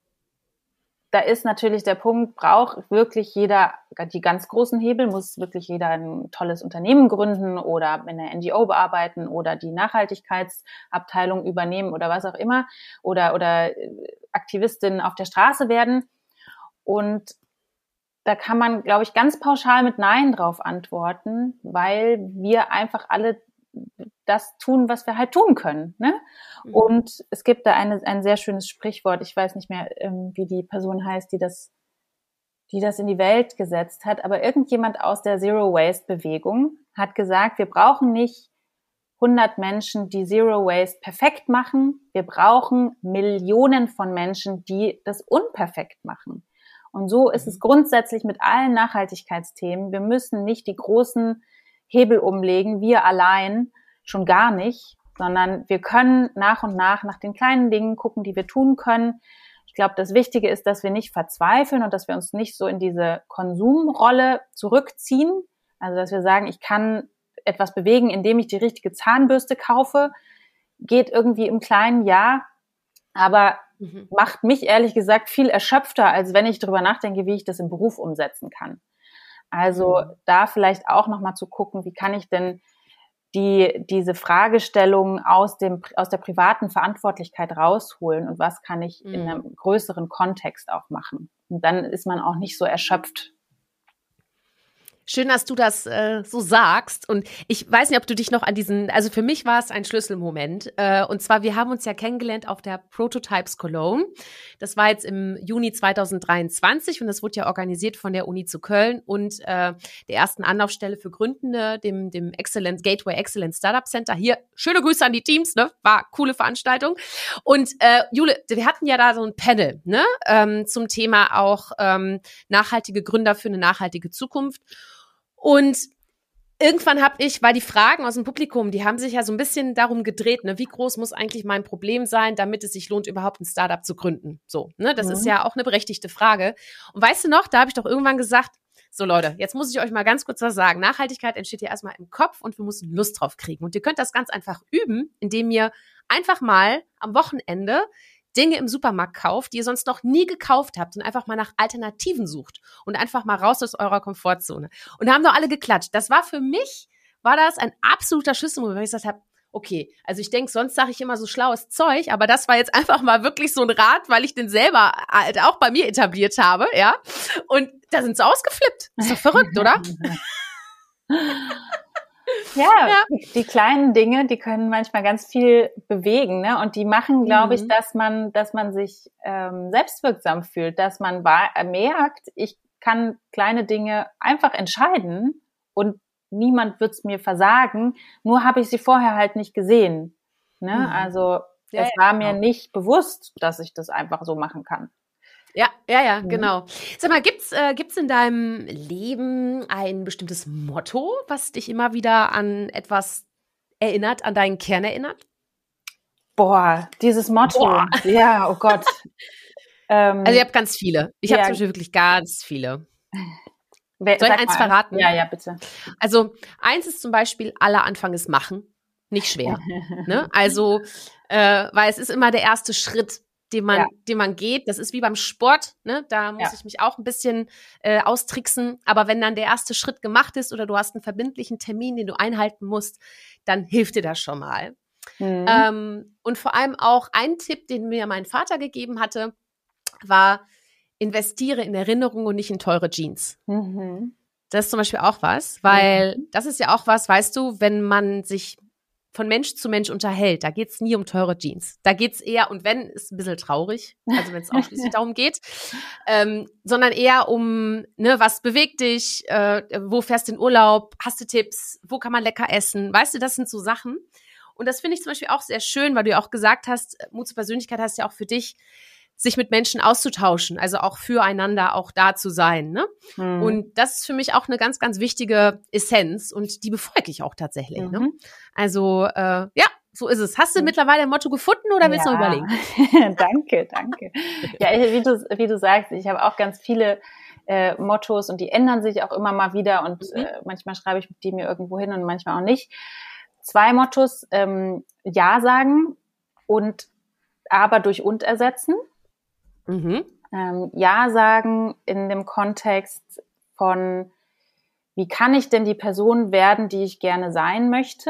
da ist natürlich der Punkt, braucht wirklich jeder, die ganz großen Hebel, muss wirklich jeder ein tolles Unternehmen gründen oder in der N G O bearbeiten oder die Nachhaltigkeitsabteilung übernehmen oder was auch immer oder, oder Aktivistin auf der Straße werden. Und da kann man, glaube ich, ganz pauschal mit Nein drauf antworten, weil wir einfach alle das tun, was wir halt tun können. Ne? Mhm. Und es gibt da eine, ein sehr schönes Sprichwort, ich weiß nicht mehr, ähm, wie die Person heißt, die das, die das in die Welt gesetzt hat, aber irgendjemand aus der Zero-Waste-Bewegung hat gesagt, wir brauchen nicht hundert Menschen, die Zero Waste perfekt machen, wir brauchen Millionen von Menschen, die das unperfekt machen. Und so ist es grundsätzlich mit allen Nachhaltigkeitsthemen. Wir müssen nicht die großen Hebel umlegen, wir allein schon gar nicht, sondern wir können nach und nach nach den kleinen Dingen gucken, die wir tun können. Ich glaube, das Wichtige ist, dass wir nicht verzweifeln und dass wir uns nicht so in diese Konsumrolle zurückziehen. Also, dass wir sagen, ich kann etwas bewegen, indem ich die richtige Zahnbürste kaufe, geht irgendwie im kleinen Jahr, aber mhm. macht mich ehrlich gesagt viel erschöpfter, als wenn ich darüber nachdenke, wie ich das im Beruf umsetzen kann. Also mhm. da vielleicht auch nochmal zu gucken, wie kann ich denn die diese Fragestellung aus dem aus der privaten Verantwortlichkeit rausholen und was kann ich mhm. in einem größeren Kontext auch machen. Und dann ist man auch nicht so erschöpft. Schön, dass du das äh, so sagst. Und ich weiß nicht, ob du dich noch an diesen, also für mich war es ein Schlüsselmoment. Äh, und zwar, wir haben uns ja kennengelernt auf der Prototypes Cologne. Das war jetzt im Juni zweitausenddreiundzwanzig und das wurde ja organisiert von der Uni zu Köln und äh, der ersten Anlaufstelle für Gründende, dem, dem Excellence, Gateway Excellence Startup Center. Hier, schöne Grüße an die Teams, ne? War coole Veranstaltung. Und äh, Jule, wir hatten ja da so ein Panel, ne? Ähm, zum Thema auch ähm, nachhaltige Gründer für eine nachhaltige Zukunft. Und irgendwann habe ich, weil die Fragen aus dem Publikum, die haben sich ja so ein bisschen darum gedreht, ne, wie groß muss eigentlich mein Problem sein, damit es sich lohnt, überhaupt ein Startup zu gründen. So, ne, das mhm. ist ja auch eine berechtigte Frage. Und weißt du noch, da habe ich doch irgendwann gesagt, so Leute, jetzt muss ich euch mal ganz kurz was sagen. Nachhaltigkeit entsteht ja erstmal im Kopf und wir müssen Lust drauf kriegen. Und ihr könnt das ganz einfach üben, indem ihr einfach mal am Wochenende Dinge im Supermarkt kauft, die ihr sonst noch nie gekauft habt und einfach mal nach Alternativen sucht und einfach mal raus aus eurer Komfortzone. Und da haben doch alle geklatscht. Das war für mich, war das ein absoluter Schlüsselmoment, weil ich gesagt habe, okay, also ich denke, sonst sage ich immer so schlaues Zeug, aber das war jetzt einfach mal wirklich so ein Rat, weil ich den selber halt auch bei mir etabliert habe, ja. Und da sind sie ausgeflippt. Ist doch verrückt, oder? Ja, ja. Die, die kleinen Dinge, die können manchmal ganz viel bewegen, ne? Und die machen, glaube mhm. ich, dass man, dass man sich ähm, selbstwirksam fühlt, dass man war, merkt, ich kann kleine Dinge einfach entscheiden und niemand wird's mir versagen. Nur habe ich sie vorher halt nicht gesehen, ne? Mhm. Also ja, es war ja, mir genau. nicht bewusst, dass ich das einfach so machen kann. Ja, ja, ja, mhm. genau. Sag mal, gibt's äh, gibt's in deinem Leben ein bestimmtes Motto, was dich immer wieder an etwas erinnert, an deinen Kern erinnert? Boah, dieses Motto. Boah. Ja, oh Gott. ähm, also ich habe ganz viele. Ich ja. habe zum Beispiel wirklich ganz viele. Wer, Soll ich eins mal. verraten? Ja, ja, bitte. Also eins ist zum Beispiel, aller Anfang ist machen. Nicht schwer. ne? Also, äh, weil es ist immer der erste Schritt, den man, ja. den man geht. Das ist wie beim Sport, ne? Da muss ja. ich mich auch ein bisschen äh, austricksen. Aber wenn dann der erste Schritt gemacht ist oder du hast einen verbindlichen Termin, den du einhalten musst, dann hilft dir das schon mal. Mhm. Ähm, und vor allem auch ein Tipp, den mir mein Vater gegeben hatte, war, investiere in Erinnerungen und nicht in teure Jeans. Mhm. Das ist zum Beispiel auch was, weil mhm. das ist ja auch was, weißt du, wenn man sich von Mensch zu Mensch unterhält, da geht's nie um teure Jeans. Da geht's eher, und wenn, ist ein bisschen traurig, also wenn es ausschließlich darum geht, ähm, sondern eher um, ne, was bewegt dich, äh, wo fährst du in Urlaub, hast du Tipps, wo kann man lecker essen, weißt du, das sind so Sachen. Und das finde ich zum Beispiel auch sehr schön, weil du ja auch gesagt hast, Mut zur Persönlichkeit heißt ja auch für dich, sich mit Menschen auszutauschen, also auch füreinander auch da zu sein, ne? Mhm. Und das ist für mich auch eine ganz, ganz wichtige Essenz und die befolge ich auch tatsächlich, mhm. ne? Also, äh, ja, so ist es. Hast du mhm. mittlerweile ein Motto gefunden oder willst du ja. noch überlegen? danke, danke. Ja, wie du, wie du sagst, ich habe auch ganz viele äh, Mottos und die ändern sich auch immer mal wieder und mhm. äh, manchmal schreibe ich die mir irgendwo hin und manchmal auch nicht. Zwei Mottos, ähm, Ja sagen und aber durch und ersetzen. Mhm. Ähm, ja sagen in dem Kontext von, wie kann ich denn die Person werden, die ich gerne sein möchte?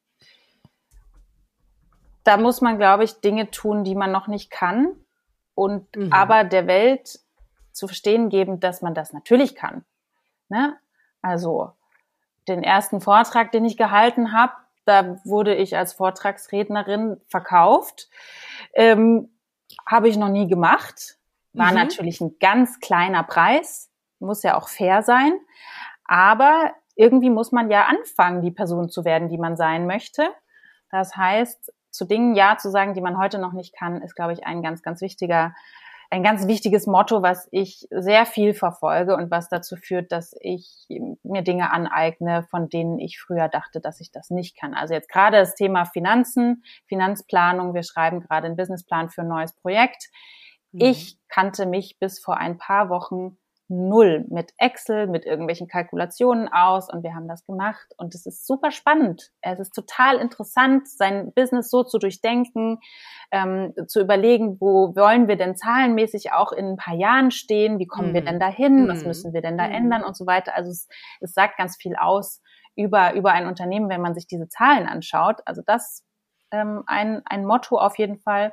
Da muss man, glaube ich, Dinge tun, die man noch nicht kann und mhm. aber der Welt zu verstehen geben, dass man das natürlich kann. Ne? Also den ersten Vortrag, den ich gehalten habe, da wurde ich als Vortragsrednerin verkauft. Ähm, habe ich noch nie gemacht. War mhm. natürlich ein ganz kleiner Preis. Muss ja auch fair sein. Aber irgendwie muss man ja anfangen, die Person zu werden, die man sein möchte. Das heißt, zu Dingen Ja zu sagen, die man heute noch nicht kann, ist, glaube ich, ein ganz, ganz wichtiger, ein ganz wichtiges Motto, was ich sehr viel verfolge und was dazu führt, dass ich mir Dinge aneigne, von denen ich früher dachte, dass ich das nicht kann. Also jetzt gerade das Thema Finanzen, Finanzplanung. Wir schreiben gerade einen Businessplan für ein neues Projekt. Mhm. Ich kannte mich bis vor ein paar Wochen null mit Excel, mit irgendwelchen Kalkulationen aus und wir haben das gemacht und es ist super spannend. Es ist total interessant, sein Business so zu durchdenken, ähm, zu überlegen, wo wollen wir denn zahlenmäßig auch in ein paar Jahren stehen, wie kommen mm. wir denn dahin, mm. was müssen wir denn da mm. ändern und so weiter. Also es, es sagt ganz viel aus über, über ein Unternehmen, wenn man sich diese Zahlen anschaut. Also das ähm, ein, ein Motto auf jeden Fall.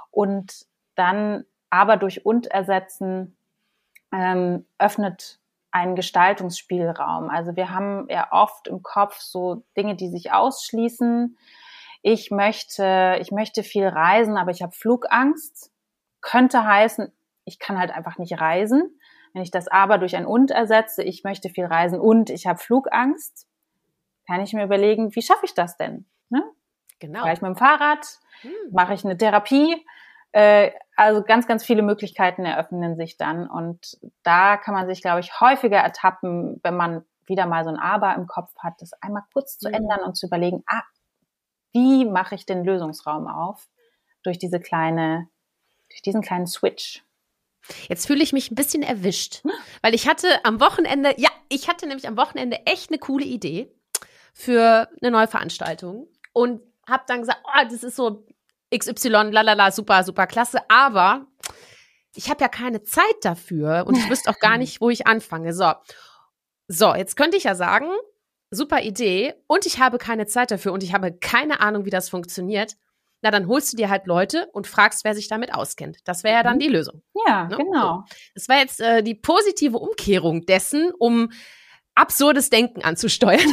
Und dann aber durch und ersetzen, Ähm, öffnet einen Gestaltungsspielraum. Also wir haben ja oft im Kopf so Dinge, die sich ausschließen. Ich möchte, ich möchte viel reisen, aber ich habe Flugangst. Könnte heißen, ich kann halt einfach nicht reisen. Wenn ich das aber durch ein und ersetze, ich möchte viel reisen und ich habe Flugangst, kann ich mir überlegen, wie schaffe ich das denn? Ne? Genau. Fahre ich mit dem Fahrrad? Hm. Mache ich eine Therapie? Äh, also ganz, ganz viele Möglichkeiten eröffnen sich dann. Und da kann man sich, glaube ich, häufiger ertappen, wenn man wieder mal so ein Aber im Kopf hat, das einmal kurz zu Mhm. ändern und zu überlegen, ah, wie mache ich den Lösungsraum auf durch diese kleine, durch diesen kleinen Switch. Jetzt fühle ich mich ein bisschen erwischt, weil ich hatte am Wochenende, ja, ich hatte nämlich am Wochenende echt eine coole Idee für eine neue Veranstaltung und habe dann gesagt, oh, das ist so X Y, lalala, super, super klasse, aber ich habe ja keine Zeit dafür und ich wüsste auch gar nicht, wo ich anfange. So, so, jetzt könnte ich ja sagen, super Idee und ich habe keine Zeit dafür und ich habe keine Ahnung, wie das funktioniert. Na, dann holst du dir halt Leute und fragst, wer sich damit auskennt. Das wäre ja dann die Lösung. Ja, Ne? genau. So. Das war jetzt äh, die positive Umkehrung dessen, um absurdes Denken anzusteuern.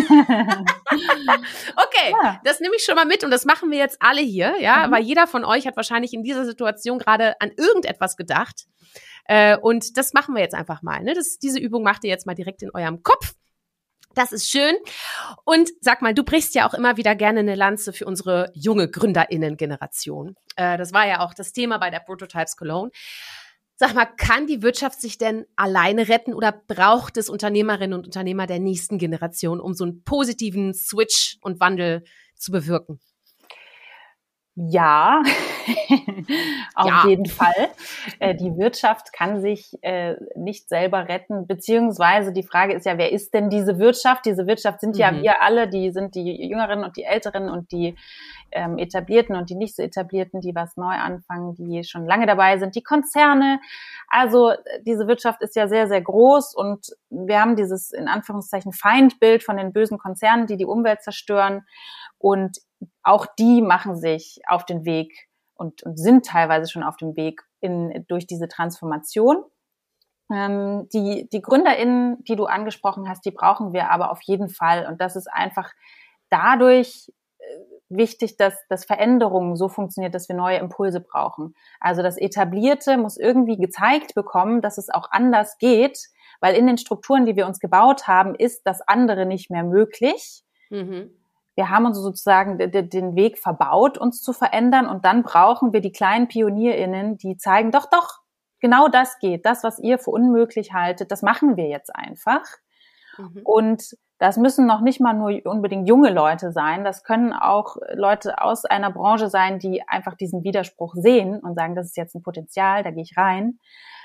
Okay, ja. Das nehme ich schon mal mit und das machen wir jetzt alle hier, ja, mhm. weil jeder von euch hat wahrscheinlich in dieser Situation gerade an irgendetwas gedacht. Äh, und das machen wir jetzt einfach mal. Ne? Das, diese Übung macht ihr jetzt mal direkt in eurem Kopf. Das ist schön. Und sag mal, du brichst ja auch immer wieder gerne eine Lanze für unsere junge GründerInnen-Generation. Äh, das war ja auch das Thema bei der Prototypes Cologne. Sag mal, kann die Wirtschaft sich denn alleine retten oder braucht es Unternehmerinnen und Unternehmer der nächsten Generation, um so einen positiven Switch und Wandel zu bewirken? Ja, auf ja. jeden Fall. Äh, die Wirtschaft kann sich äh, nicht selber retten, beziehungsweise die Frage ist ja, wer ist denn diese Wirtschaft? Diese Wirtschaft sind mhm. ja wir alle, die sind die Jüngeren und die Älteren und die ähm, Etablierten und die nicht so Etablierten, die was neu anfangen, die schon lange dabei sind, die Konzerne. Also diese Wirtschaft ist ja sehr, sehr groß und wir haben dieses in Anführungszeichen Feindbild von den bösen Konzernen, die die Umwelt zerstören. Und auch die machen sich auf den Weg und, und sind teilweise schon auf dem Weg in, durch diese Transformation. Ähm, die, die GründerInnen, die du angesprochen hast, die brauchen wir aber auf jeden Fall. Und das ist einfach dadurch äh, wichtig, dass, dass Veränderungen so funktioniert, dass wir neue Impulse brauchen. Also das Etablierte muss irgendwie gezeigt bekommen, dass es auch anders geht, weil in den Strukturen, die wir uns gebaut haben, ist das andere nicht mehr möglich. Mhm. Wir haben uns sozusagen den Weg verbaut, uns zu verändern und dann brauchen wir die kleinen PionierInnen, die zeigen, doch, doch, genau das geht. Das, was ihr für unmöglich haltet, das machen wir jetzt einfach. Mhm. Und das müssen noch nicht mal nur unbedingt junge Leute sein, das können auch Leute aus einer Branche sein, die einfach diesen Widerspruch sehen und sagen, das ist jetzt ein Potenzial, da gehe ich rein.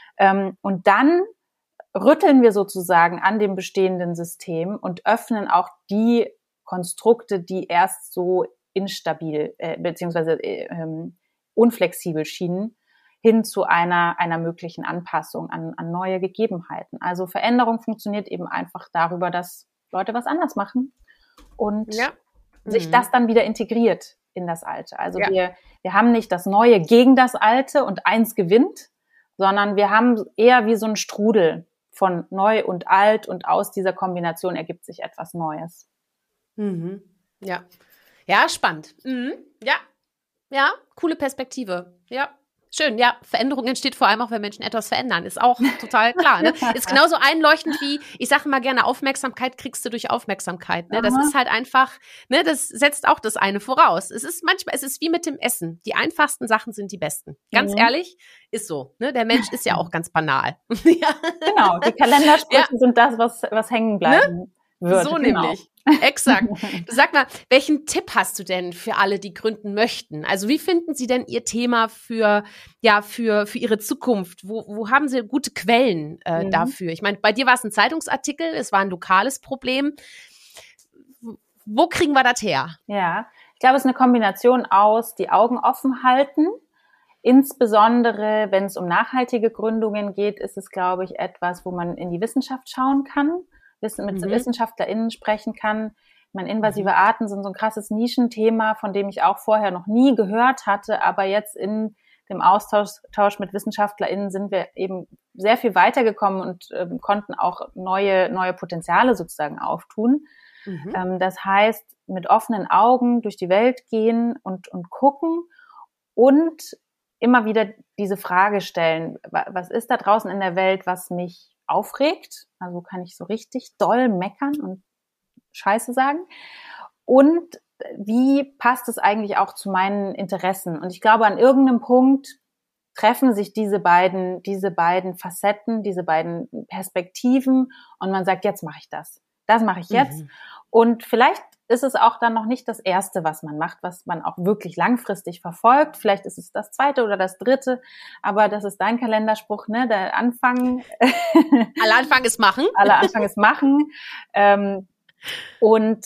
Und dann rütteln wir sozusagen an dem bestehenden System und öffnen auch die Konstrukte, die erst so instabil äh, beziehungsweise äh, ähm, unflexibel schienen, hin zu einer einer möglichen Anpassung an, an neue Gegebenheiten. Also Veränderung funktioniert eben einfach darüber, dass Leute was anders machen und ja. sich mhm. das dann wieder integriert in das Alte. Also ja. wir wir haben nicht das Neue gegen das Alte und eins gewinnt, sondern wir haben eher wie so ein Strudel von neu und alt und aus dieser Kombination ergibt sich etwas Neues. Mhm. Ja. Ja, spannend. Mhm. Ja. Ja, coole Perspektive. Ja. Schön. Ja, Veränderung entsteht vor allem auch, wenn Menschen etwas verändern. Ist auch total klar. Ne? Ist genauso einleuchtend wie, ich sage mal gerne, Aufmerksamkeit kriegst du durch Aufmerksamkeit. Ne? Das ist halt einfach, ne, das setzt auch das eine voraus. Es ist manchmal, es ist wie mit dem Essen. Die einfachsten Sachen sind die besten. Ganz mhm. ehrlich, ist so. Ne? Der Mensch ist ja auch ganz banal. Ja. Genau, die Kalendersprüche ja. sind das, was, was hängen bleiben. Ne? Wird, so genau. nämlich. Exakt. Du sag mal, welchen Tipp hast du denn für alle, die gründen möchten? Also wie finden sie denn ihr Thema für, ja, für, für ihre Zukunft? Wo, wo haben sie gute Quellen äh, mhm. dafür? Ich meine, bei dir war es ein Zeitungsartikel, es war ein lokales Problem. Wo kriegen wir das her? Ja, ich glaube, es ist eine Kombination aus die Augen offen halten. Insbesondere, wenn es um nachhaltige Gründungen geht, ist es, glaube ich, etwas, wo man in die Wissenschaft schauen kann. Wissen, mit mhm. WissenschaftlerInnen sprechen kann. Ich meine, invasive Arten sind so ein krasses Nischenthema, von dem ich auch vorher noch nie gehört hatte, aber jetzt in dem Austausch Tausch mit WissenschaftlerInnen sind wir eben sehr viel weitergekommen und ähm, konnten auch neue, neue Potenziale sozusagen auftun. Mhm. Ähm, das heißt, mit offenen Augen durch die Welt gehen und, und gucken und immer wieder diese Frage stellen, was ist da draußen in der Welt, was mich aufregt? Also kann ich so richtig doll meckern und Scheiße sagen? Und wie passt es eigentlich auch zu meinen Interessen? Und ich glaube, an irgendeinem Punkt treffen sich diese beiden, diese beiden Facetten, diese beiden Perspektiven und man sagt, jetzt mache ich das. Das mache ich jetzt. Mhm. Und vielleicht ist es auch dann noch nicht das Erste, was man macht, was man auch wirklich langfristig verfolgt. Vielleicht ist es das Zweite oder das Dritte, aber das ist dein Kalenderspruch, ne? Der Anfang. Aller Anfang ist machen. Aller Anfang ist machen. Ähm, und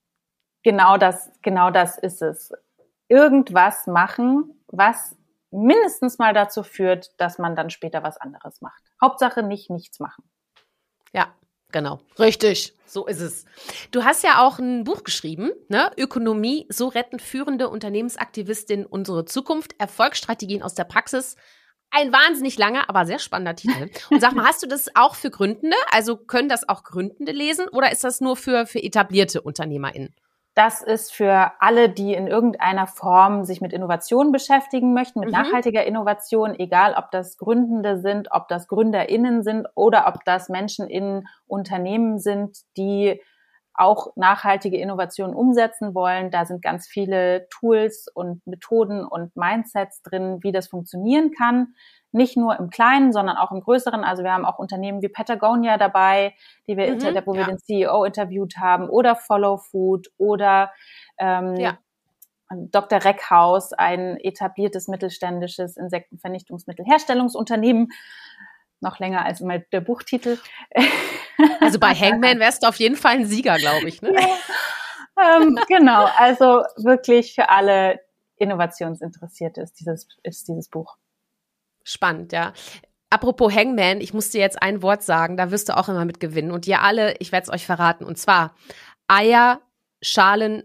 genau das, genau das ist es. Irgendwas machen, was mindestens mal dazu führt, dass man dann später was anderes macht. Hauptsache nicht nichts machen. Ja. Genau, richtig, so ist es. Du hast ja auch ein Buch geschrieben, ne? Ökonomie, so retten führende Unternehmensaktivistinnen unsere Zukunft, Erfolgsstrategien aus der Praxis. Ein wahnsinnig langer, aber sehr spannender Titel. Und sag mal, hast du das auch für Gründende? Also können das auch Gründende lesen oder ist das nur für, für etablierte UnternehmerInnen? Das ist für alle, die in irgendeiner Form sich mit Innovation beschäftigen möchten, mit mhm. nachhaltiger Innovation, egal ob das Gründende sind, ob das GründerInnen sind oder ob das Menschen in Unternehmen sind, die auch nachhaltige Innovationen umsetzen wollen. Da sind ganz viele Tools und Methoden und Mindsets drin, wie das funktionieren kann. Nicht nur im Kleinen, sondern auch im Größeren. Also wir haben auch Unternehmen wie Patagonia dabei, die wir, mhm, inter- wo wir ja. den C E O interviewt haben, oder Follow Food oder ähm, ja. Doktor Reckhaus, ein etabliertes mittelständisches Insektenvernichtungsmittelherstellungsunternehmen. Noch länger als mal der Buchtitel. Also bei Hangman wärst du auf jeden Fall ein Sieger, glaube ich. Ne? Ja. ähm, genau, also wirklich für alle Innovationsinteressierte ist dieses, ist dieses Buch. Spannend, ja. Apropos Hangman, ich muss dir jetzt ein Wort sagen, da wirst du auch immer mit gewinnen. Und ihr alle, ich werde es euch verraten. Und zwar Eier, Schalen,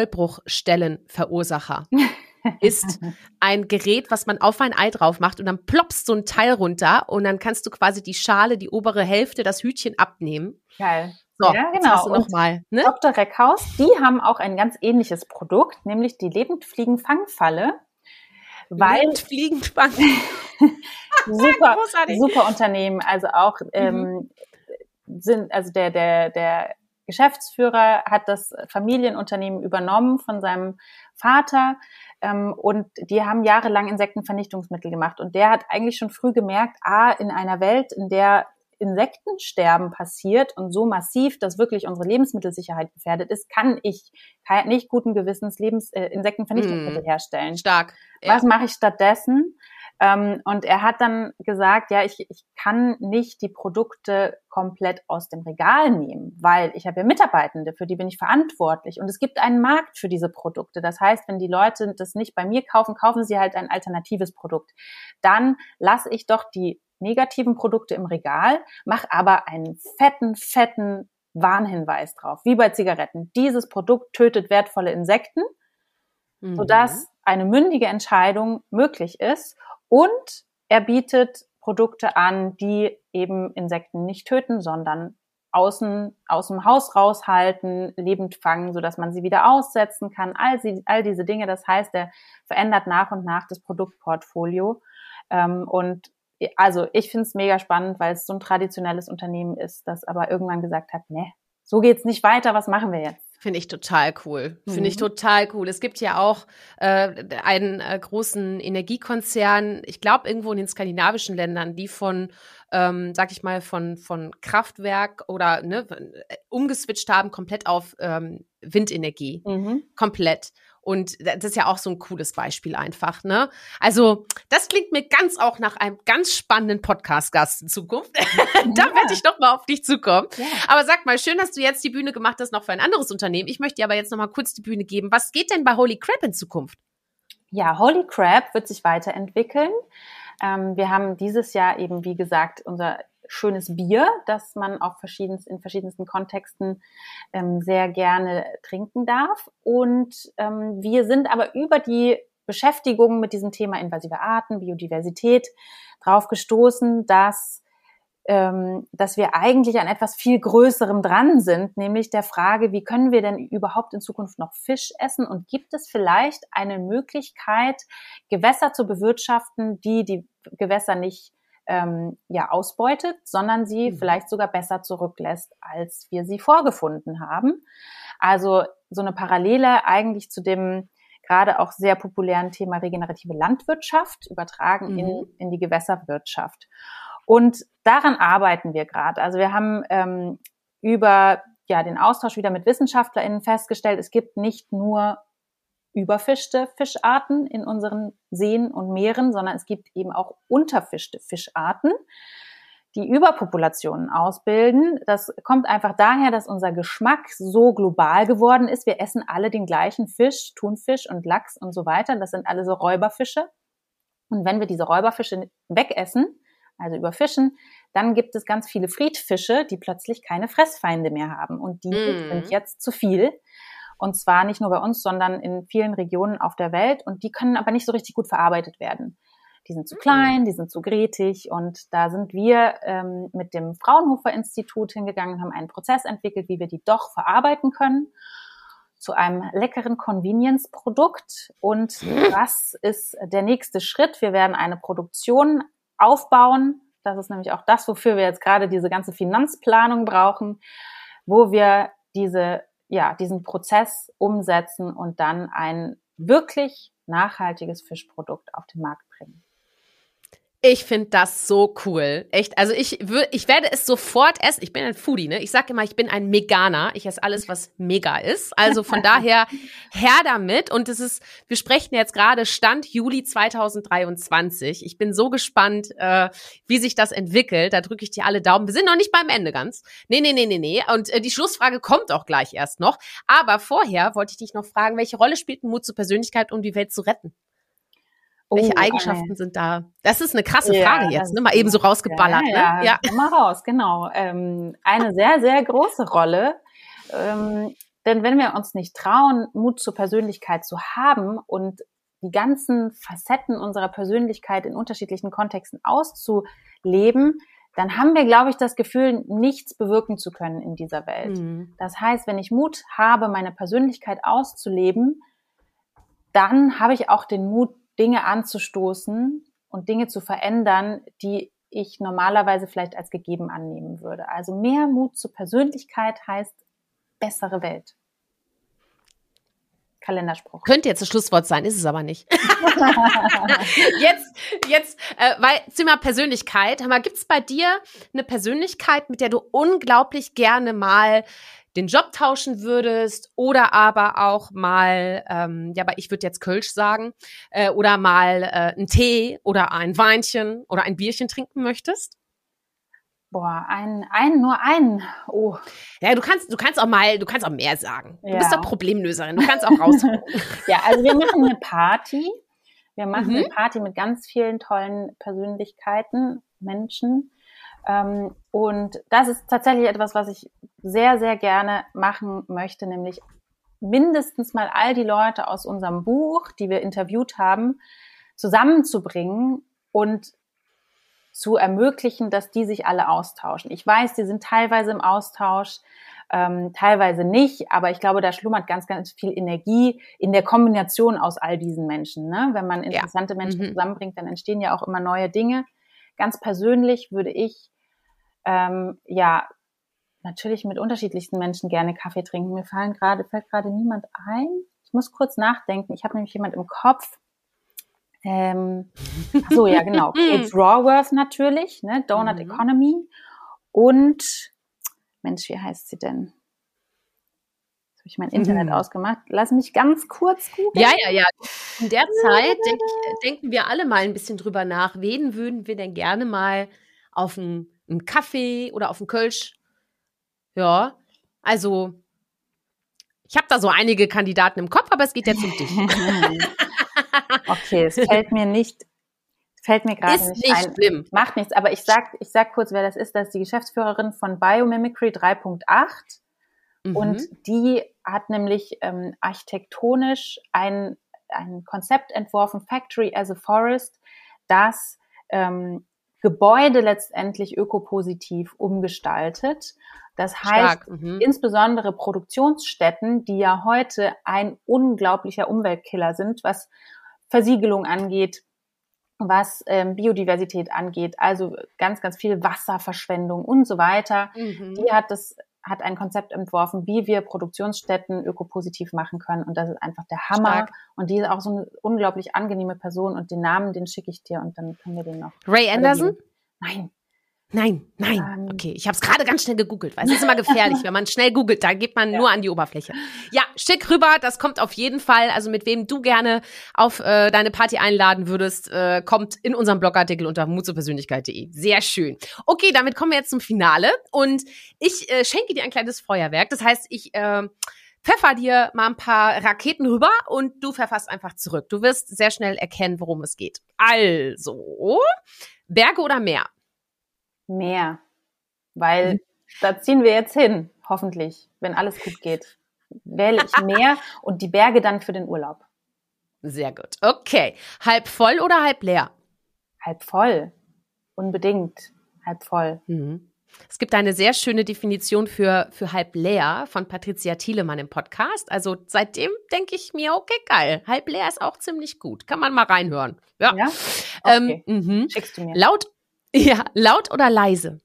Sollbruchstellenverursacher ist ein Gerät, was man auf ein Ei drauf macht und dann ploppst so ein Teil runter und dann kannst du quasi die Schale, die obere Hälfte, das Hütchen abnehmen. Geil. So, ja, genau. Noch mal, ne? Doktor Reckhaus, die haben auch ein ganz ähnliches Produkt, nämlich die Lebendfliegenfangfalle. Weil Lebendfliegenfang. super, super Unternehmen. Also auch ähm, mhm. sind, also der, der, der Geschäftsführer hat das Familienunternehmen übernommen von seinem Vater ähm, und die haben jahrelang Insektenvernichtungsmittel gemacht. Und der hat eigentlich schon früh gemerkt, ah, in einer Welt, in der Insektensterben passiert und so massiv, dass wirklich unsere Lebensmittelsicherheit gefährdet ist, kann ich nicht guten Gewissens Lebens äh, Insektenvernichtungsmittel mm, herstellen. Stark. Ja. Was mache ich stattdessen? Ähm, und er hat dann gesagt, ja, ich, ich kann nicht die Produkte komplett aus dem Regal nehmen, weil ich habe ja Mitarbeitende, für die bin ich verantwortlich und es gibt einen Markt für diese Produkte. Das heißt, wenn die Leute das nicht bei mir kaufen, kaufen sie halt ein alternatives Produkt. Dann lasse ich doch die negativen Produkte im Regal, mach aber einen fetten, fetten Warnhinweis drauf, wie bei Zigaretten. Dieses Produkt tötet wertvolle Insekten, mhm. sodass eine mündige Entscheidung möglich ist und er bietet Produkte an, die eben Insekten nicht töten, sondern außen, aus dem Haus raushalten, lebend fangen, sodass man sie wieder aussetzen kann, all, sie, all diese Dinge. Das heißt, er verändert nach und nach das Produktportfolio ähm, und also ich finde es mega spannend, weil es so ein traditionelles Unternehmen ist, das aber irgendwann gesagt hat, ne, so geht's nicht weiter, was machen wir jetzt? Finde ich total cool. Finde mhm. ich total cool. Es gibt ja auch äh, einen äh, großen Energiekonzern, ich glaube irgendwo in den skandinavischen Ländern, die von, ähm, sag ich mal, von von Kraftwerk oder ne, umgeswitcht haben komplett auf ähm, Windenergie. Mhm. Komplett. Und das ist ja auch so ein cooles Beispiel einfach, ne? Also, das klingt mir ganz auch nach einem ganz spannenden Podcast-Gast in Zukunft. Ja. Da werde ich doch mal auf dich zukommen. Ja. Aber sag mal, schön, dass du jetzt die Bühne gemacht hast, noch für ein anderes Unternehmen. Ich möchte dir aber jetzt noch mal kurz die Bühne geben. Was geht denn bei Holy Crap in Zukunft? Ja, Holy Crap wird sich weiterentwickeln. Ähm, wir haben dieses Jahr eben, wie gesagt, unser schönes Bier, das man auf verschiedensten, in verschiedensten Kontexten ähm, sehr gerne trinken darf. Und ähm, wir sind aber über die Beschäftigung mit diesem Thema invasive Arten, Biodiversität drauf gestoßen, dass, ähm, dass wir eigentlich an etwas viel Größerem dran sind, nämlich der Frage, wie können wir denn überhaupt in Zukunft noch Fisch essen und gibt es vielleicht eine Möglichkeit, Gewässer zu bewirtschaften, die die Gewässer nicht ähm, ja, ausbeutet, sondern sie mhm. vielleicht sogar besser zurücklässt, als wir sie vorgefunden haben. Also so eine Parallele eigentlich zu dem gerade auch sehr populären Thema regenerative Landwirtschaft, übertragen mhm. in, in die Gewässerwirtschaft. Und daran arbeiten wir gerade. Also wir haben ähm, über ja, den Austausch wieder mit WissenschaftlerInnen festgestellt, es gibt nicht nur überfischte Fischarten in unseren Seen und Meeren, sondern es gibt eben auch unterfischte Fischarten, die Überpopulationen ausbilden. Das kommt einfach daher, dass unser Geschmack so global geworden ist. Wir essen alle den gleichen Fisch, Thunfisch und Lachs und so weiter. Das sind alle so Räuberfische. Und wenn wir diese Räuberfische wegessen, also überfischen, dann gibt es ganz viele Friedfische, die plötzlich keine Fressfeinde mehr haben. Und die mm. sind jetzt zu viel. Und zwar nicht nur bei uns, sondern in vielen Regionen auf der Welt. Und die können aber nicht so richtig gut verarbeitet werden. Die sind zu klein, die sind zu gretig. Und da sind wir ähm, mit dem Fraunhofer-Institut hingegangen, haben einen Prozess entwickelt, wie wir die doch verarbeiten können zu einem leckeren Convenience-Produkt. Und was ist der nächste Schritt? Wir werden eine Produktion aufbauen. Das ist nämlich auch das, wofür wir jetzt gerade diese ganze Finanzplanung brauchen, wo wir diese ja, diesen Prozess umsetzen und dann ein wirklich nachhaltiges Fischprodukt auf den Markt bringen. Ich finde das so cool. Echt. Also ich würde, ich werde es sofort essen. Ich bin ein Foodie, ne? Ich sage immer, ich bin ein Meganer. Ich esse alles, was mega ist. Also von daher her damit. Und es ist, wir sprechen jetzt gerade Stand Juli zweitausenddreiundzwanzig. Ich bin so gespannt, äh, wie sich das entwickelt. Da drücke ich dir alle Daumen. Wir sind noch nicht beim Ende ganz. Nee, nee, nee, nee, nee. Und äh, die Schlussfrage kommt auch gleich erst noch. Aber vorher wollte ich dich noch fragen, welche Rolle spielt Mut zur Persönlichkeit, um die Welt zu retten? Welche oh, Eigenschaften äh, sind da? Das ist eine krasse ja, Frage jetzt, ne? Mal eben so rausgeballert. Ja, ne? ja. ja. Mal raus, genau. Ähm, eine sehr, sehr große Rolle. Ähm, denn wenn wir uns nicht trauen, Mut zur Persönlichkeit zu haben und die ganzen Facetten unserer Persönlichkeit in unterschiedlichen Kontexten auszuleben, dann haben wir, glaube ich, das Gefühl, nichts bewirken zu können in dieser Welt. Mhm. Das heißt, wenn ich Mut habe, meine Persönlichkeit auszuleben, dann habe ich auch den Mut, Dinge anzustoßen und Dinge zu verändern, die ich normalerweise vielleicht als gegeben annehmen würde. Also mehr Mut zur Persönlichkeit heißt bessere Welt. Kalenderspruch. Könnte jetzt das Schlusswort sein, ist es aber nicht. jetzt, jetzt, äh, weil Thema Persönlichkeit, gibt es bei dir eine Persönlichkeit, mit der du unglaublich gerne mal den Job tauschen würdest oder aber auch mal, ähm, ja, aber ich würde jetzt Kölsch sagen, äh, oder mal äh, einen Tee oder ein Weinchen oder ein Bierchen trinken möchtest? Boah, ein, ein, nur einen. Oh. Ja, du kannst, du kannst auch mal, du kannst auch mehr sagen. Du ja. bist doch Problemlöserin, du kannst auch raushauen. Ja, also wir machen eine Party. Wir machen mhm. eine Party mit ganz vielen tollen Persönlichkeiten, Menschen. Ähm, und das ist tatsächlich etwas, was ich sehr, sehr gerne machen möchte, nämlich mindestens mal all die Leute aus unserem Buch, die wir interviewt haben, zusammenzubringen und zu ermöglichen, dass die sich alle austauschen. Ich weiß, die sind teilweise im Austausch, ähm, teilweise nicht, aber ich glaube, da schlummert ganz, ganz viel Energie in der Kombination aus all diesen Menschen. Ne? Wenn man interessante ja. Menschen mhm. zusammenbringt, dann entstehen ja auch immer neue Dinge. Ganz persönlich würde ich ähm, ja natürlich mit unterschiedlichsten Menschen gerne Kaffee trinken. Mir fallen gerade, fällt gerade niemand ein. Ich muss kurz nachdenken. Ich habe nämlich jemand im Kopf. Ähm, ach so, ja, genau. Kate Raworth natürlich, ne? Donut mhm. Economy. Und, Mensch, wie heißt sie denn? Jetzt habe ich mein Internet mhm. ausgemacht. Lass mich ganz kurz googeln. Ja, ja, ja. In der Zeit denk, denken wir alle mal ein bisschen drüber nach. Wen würden wir denn gerne mal auf einen, einen Kaffee oder auf einen Kölsch? Ja, also ich habe da so einige Kandidaten im Kopf, aber es geht jetzt um dich. Okay, es fällt mir nicht, fällt mir gerade nicht, nicht ein. Schlimm. Macht nichts, aber ich sag, ich sag kurz, wer das ist. Das ist die Geschäftsführerin von Biomimicry drei Punkt acht mhm. und die hat nämlich ähm, architektonisch ein, ein Konzept entworfen, Factory as a Forest, das ähm, Gebäude letztendlich ökopositiv umgestaltet. Das heißt, mhm. insbesondere Produktionsstätten, die ja heute ein unglaublicher Umweltkiller sind, was Versiegelung angeht, was ähm, Biodiversität angeht, also ganz, ganz viel Wasserverschwendung und so weiter. Mhm. Die hat das hat ein Konzept entworfen, wie wir Produktionsstätten ökopositiv machen können. Und das ist einfach der Hammer. Stark. Und die ist auch so eine unglaublich angenehme Person. Und den Namen, den schicke ich dir und dann können wir den noch. Ray Anderson? Nein. Nein, nein. Okay, ich habe es gerade ganz schnell gegoogelt, weil es ist immer gefährlich, wenn man schnell googelt, da geht man ja. nur an die Oberfläche. Ja, schick rüber, das kommt auf jeden Fall. Also mit wem du gerne auf äh, deine Party einladen würdest, äh, kommt in unserem Blogartikel unter mut zur persönlichkeit punkt de. Sehr schön. Okay, damit kommen wir jetzt zum Finale und ich äh, schenke dir ein kleines Feuerwerk. Das heißt, ich äh, pfeffer dir mal ein paar Raketen rüber und du pfefferst einfach zurück. Du wirst sehr schnell erkennen, worum es geht. Also, Berge oder Meer? Meer, weil mhm. da ziehen wir jetzt hin, hoffentlich, wenn alles gut geht. Wähle ich Meer und die Berge dann für den Urlaub. Sehr gut. Okay. Halb voll oder halb leer? Halb voll. Unbedingt. Halb voll. Mhm. Es gibt eine sehr schöne Definition für, für halb leer von Patricia Thielemann im Podcast. Also seitdem denke ich mir, okay, geil. Halb leer ist auch ziemlich gut. Kann man mal reinhören. Ja. ja? Okay. Ähm, Schickst du mir. Laut Ja, laut oder leise?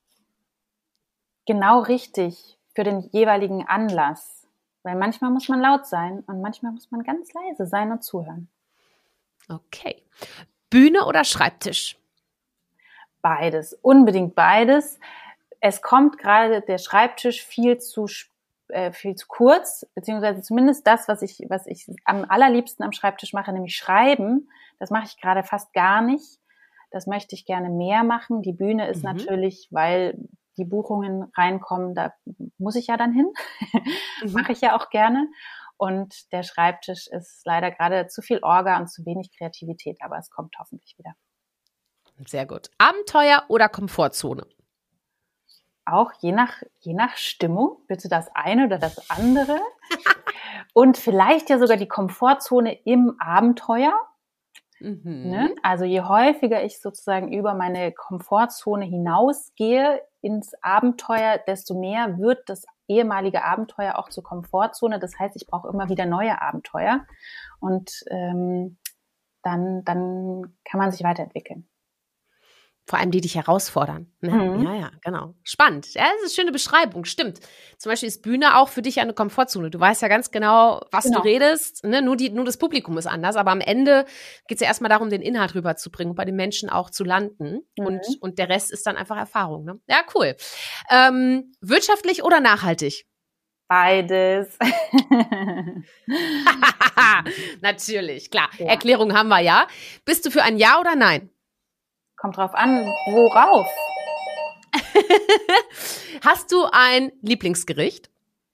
Genau richtig, für den jeweiligen Anlass. Weil manchmal muss man laut sein und manchmal muss man ganz leise sein und zuhören. Okay. Bühne oder Schreibtisch? Beides, unbedingt beides. Es kommt gerade der Schreibtisch viel zu äh, viel zu kurz, beziehungsweise zumindest das, was ich, was ich am allerliebsten am Schreibtisch mache, nämlich schreiben. Das mache ich gerade fast gar nicht. Das möchte ich gerne mehr machen. Die Bühne ist mhm. natürlich, weil die Buchungen reinkommen, da muss ich ja dann hin. Mhm. Mache ich ja auch gerne. Und der Schreibtisch ist leider gerade zu viel Orga und zu wenig Kreativität, aber es kommt hoffentlich wieder. Sehr gut. Abenteuer oder Komfortzone? Auch je nach, je nach Stimmung, bitte das eine oder das andere. Und vielleicht ja sogar die Komfortzone im Abenteuer. Mhm. Ne? Also je häufiger ich sozusagen über meine Komfortzone hinausgehe ins Abenteuer, desto mehr wird das ehemalige Abenteuer auch zur Komfortzone. Das heißt, ich brauche immer wieder neue Abenteuer und ähm, dann, dann kann man sich weiterentwickeln. Vor allem die dich herausfordern. Ne? Mhm. Ja, ja, genau. Spannend. Ja, das ist eine schöne Beschreibung, stimmt. Zum Beispiel ist Bühne auch für dich eine Komfortzone. Du weißt ja ganz genau, was genau. du redest. Ne? Nur, die, nur das Publikum ist anders. Aber am Ende geht es ja erstmal darum, den Inhalt rüberzubringen und bei den Menschen auch zu landen. Mhm. Und, und der Rest ist dann einfach Erfahrung. Ne? Ja, cool. Ähm, wirtschaftlich oder nachhaltig? Beides. Natürlich, klar. Ja. Erklärung haben wir ja. Bist du für ein Ja oder Nein? Kommt drauf an, worauf? Hast du ein Lieblingsgericht?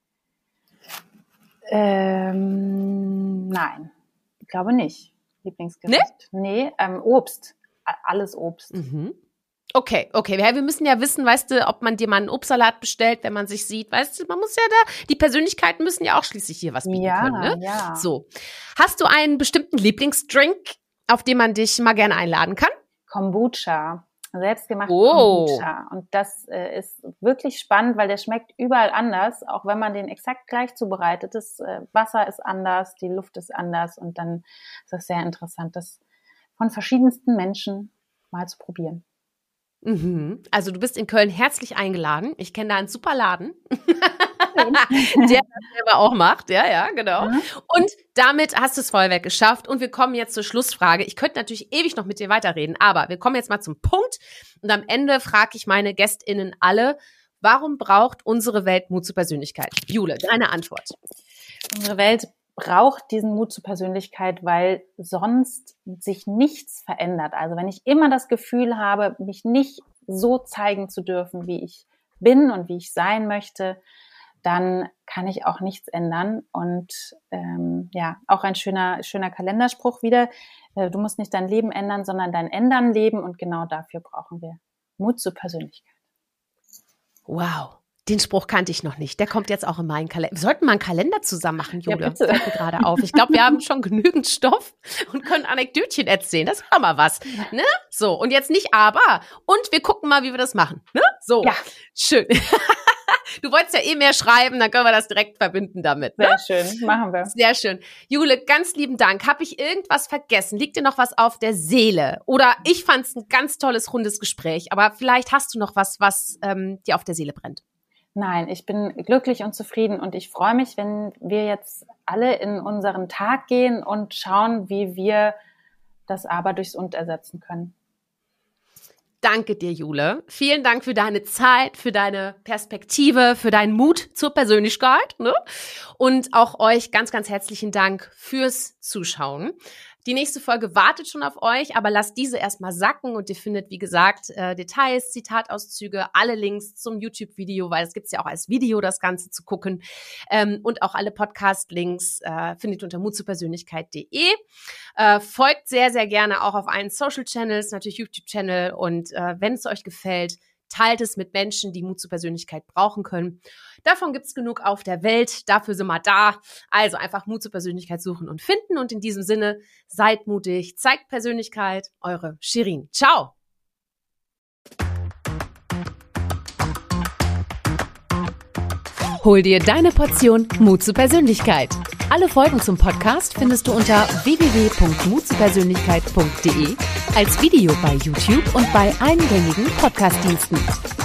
Ähm, nein, ich glaube nicht. Lieblingsgericht. Nee, nee ähm, Obst. Alles Obst. Mhm. Okay, okay. Wir müssen ja wissen, weißt du, ob man dir mal einen Obstsalat bestellt, wenn man sich sieht. Weißt du, man muss ja da, die Persönlichkeiten müssen ja auch schließlich hier was bieten ja, können. Ne? Ja. So. Hast du einen bestimmten Lieblingsdrink, auf den man dich mal gerne einladen kann? Kombucha, selbstgemachten oh. Kombucha. Und das äh, ist wirklich spannend, weil der schmeckt überall anders, auch wenn man den exakt gleich zubereitet. Das äh, Wasser ist anders, die Luft ist anders und dann ist das sehr interessant, das von verschiedensten Menschen mal zu probieren. Mhm. Also du bist in Köln herzlich eingeladen. Ich kenne da einen super Laden, der das selber auch macht. Ja, ja, genau. Mhm. Und damit hast du das Feuerwerk geschafft. Und wir kommen jetzt zur Schlussfrage. Ich könnte natürlich ewig noch mit dir weiterreden, aber wir kommen jetzt mal zum Punkt. Und am Ende frage ich meine GästInnen alle, warum braucht unsere Welt Mut zur Persönlichkeit? Jule, deine Antwort. Unsere Welt braucht diesen Mut zur Persönlichkeit, weil sonst sich nichts verändert. Also wenn ich immer das Gefühl habe, mich nicht so zeigen zu dürfen, wie ich bin und wie ich sein möchte, dann kann ich auch nichts ändern. Und ähm, ja, auch ein schöner, schöner Kalenderspruch wieder. Äh, du musst nicht dein Leben ändern, sondern dein Ändern leben. Und genau dafür brauchen wir Mut zur Persönlichkeit. Wow. Den Spruch kannte ich noch nicht. Der kommt jetzt auch in meinen Kalender. Wir sollten mal einen Kalender zusammen machen, Jule. Ja, bitte. Fällt mir gerade auf. Ich glaube, wir haben schon genügend Stoff und können Anekdötchen erzählen. Das war mal was. Ne? So, und jetzt nicht aber. Und wir gucken mal, wie wir das machen. Ne? So, ja. Schön. Du wolltest ja eh mehr schreiben, dann können wir das direkt verbinden damit. Ne? Sehr schön, machen wir. Sehr schön. Jule, ganz lieben Dank. Habe ich irgendwas vergessen? Liegt dir noch was auf der Seele? Oder ich fand es ein ganz tolles, rundes Gespräch, aber vielleicht hast du noch was, was ähm, dir auf der Seele brennt. Nein, ich bin glücklich und zufrieden und ich freue mich, wenn wir jetzt alle in unseren Tag gehen und schauen, wie wir das Aber durchs Und ersetzen können. Danke dir, Jule. Vielen Dank für deine Zeit, für deine Perspektive, für deinen Mut zur Persönlichkeit. Ne? Und auch euch ganz, ganz herzlichen Dank fürs Zuschauen. Die nächste Folge wartet schon auf euch, aber lasst diese erstmal sacken und ihr findet, wie gesagt, äh, Details, Zitatauszüge, alle Links zum YouTube-Video, weil es gibt's ja auch als Video, das Ganze zu gucken. Ähm, und auch alle Podcast-Links äh, findet ihr unter mut zur persönlichkeit punkt de. Äh, folgt sehr, sehr gerne auch auf allen Social-Channels, natürlich YouTube-Channel und äh, wenn es euch gefällt, teilt es mit Menschen, die Mut zur Persönlichkeit brauchen können. Davon gibt's genug auf der Welt, dafür sind wir da. Also einfach Mut zur Persönlichkeit suchen und finden. Und in diesem Sinne, seid mutig, zeigt Persönlichkeit. Eure Shirin. Ciao! Hol dir deine Portion Mut zur Persönlichkeit. Alle Folgen zum Podcast findest du unter w w w punkt mut zur persönlichkeit punkt de, als Video bei YouTube und bei allen gängigen Podcast-Diensten.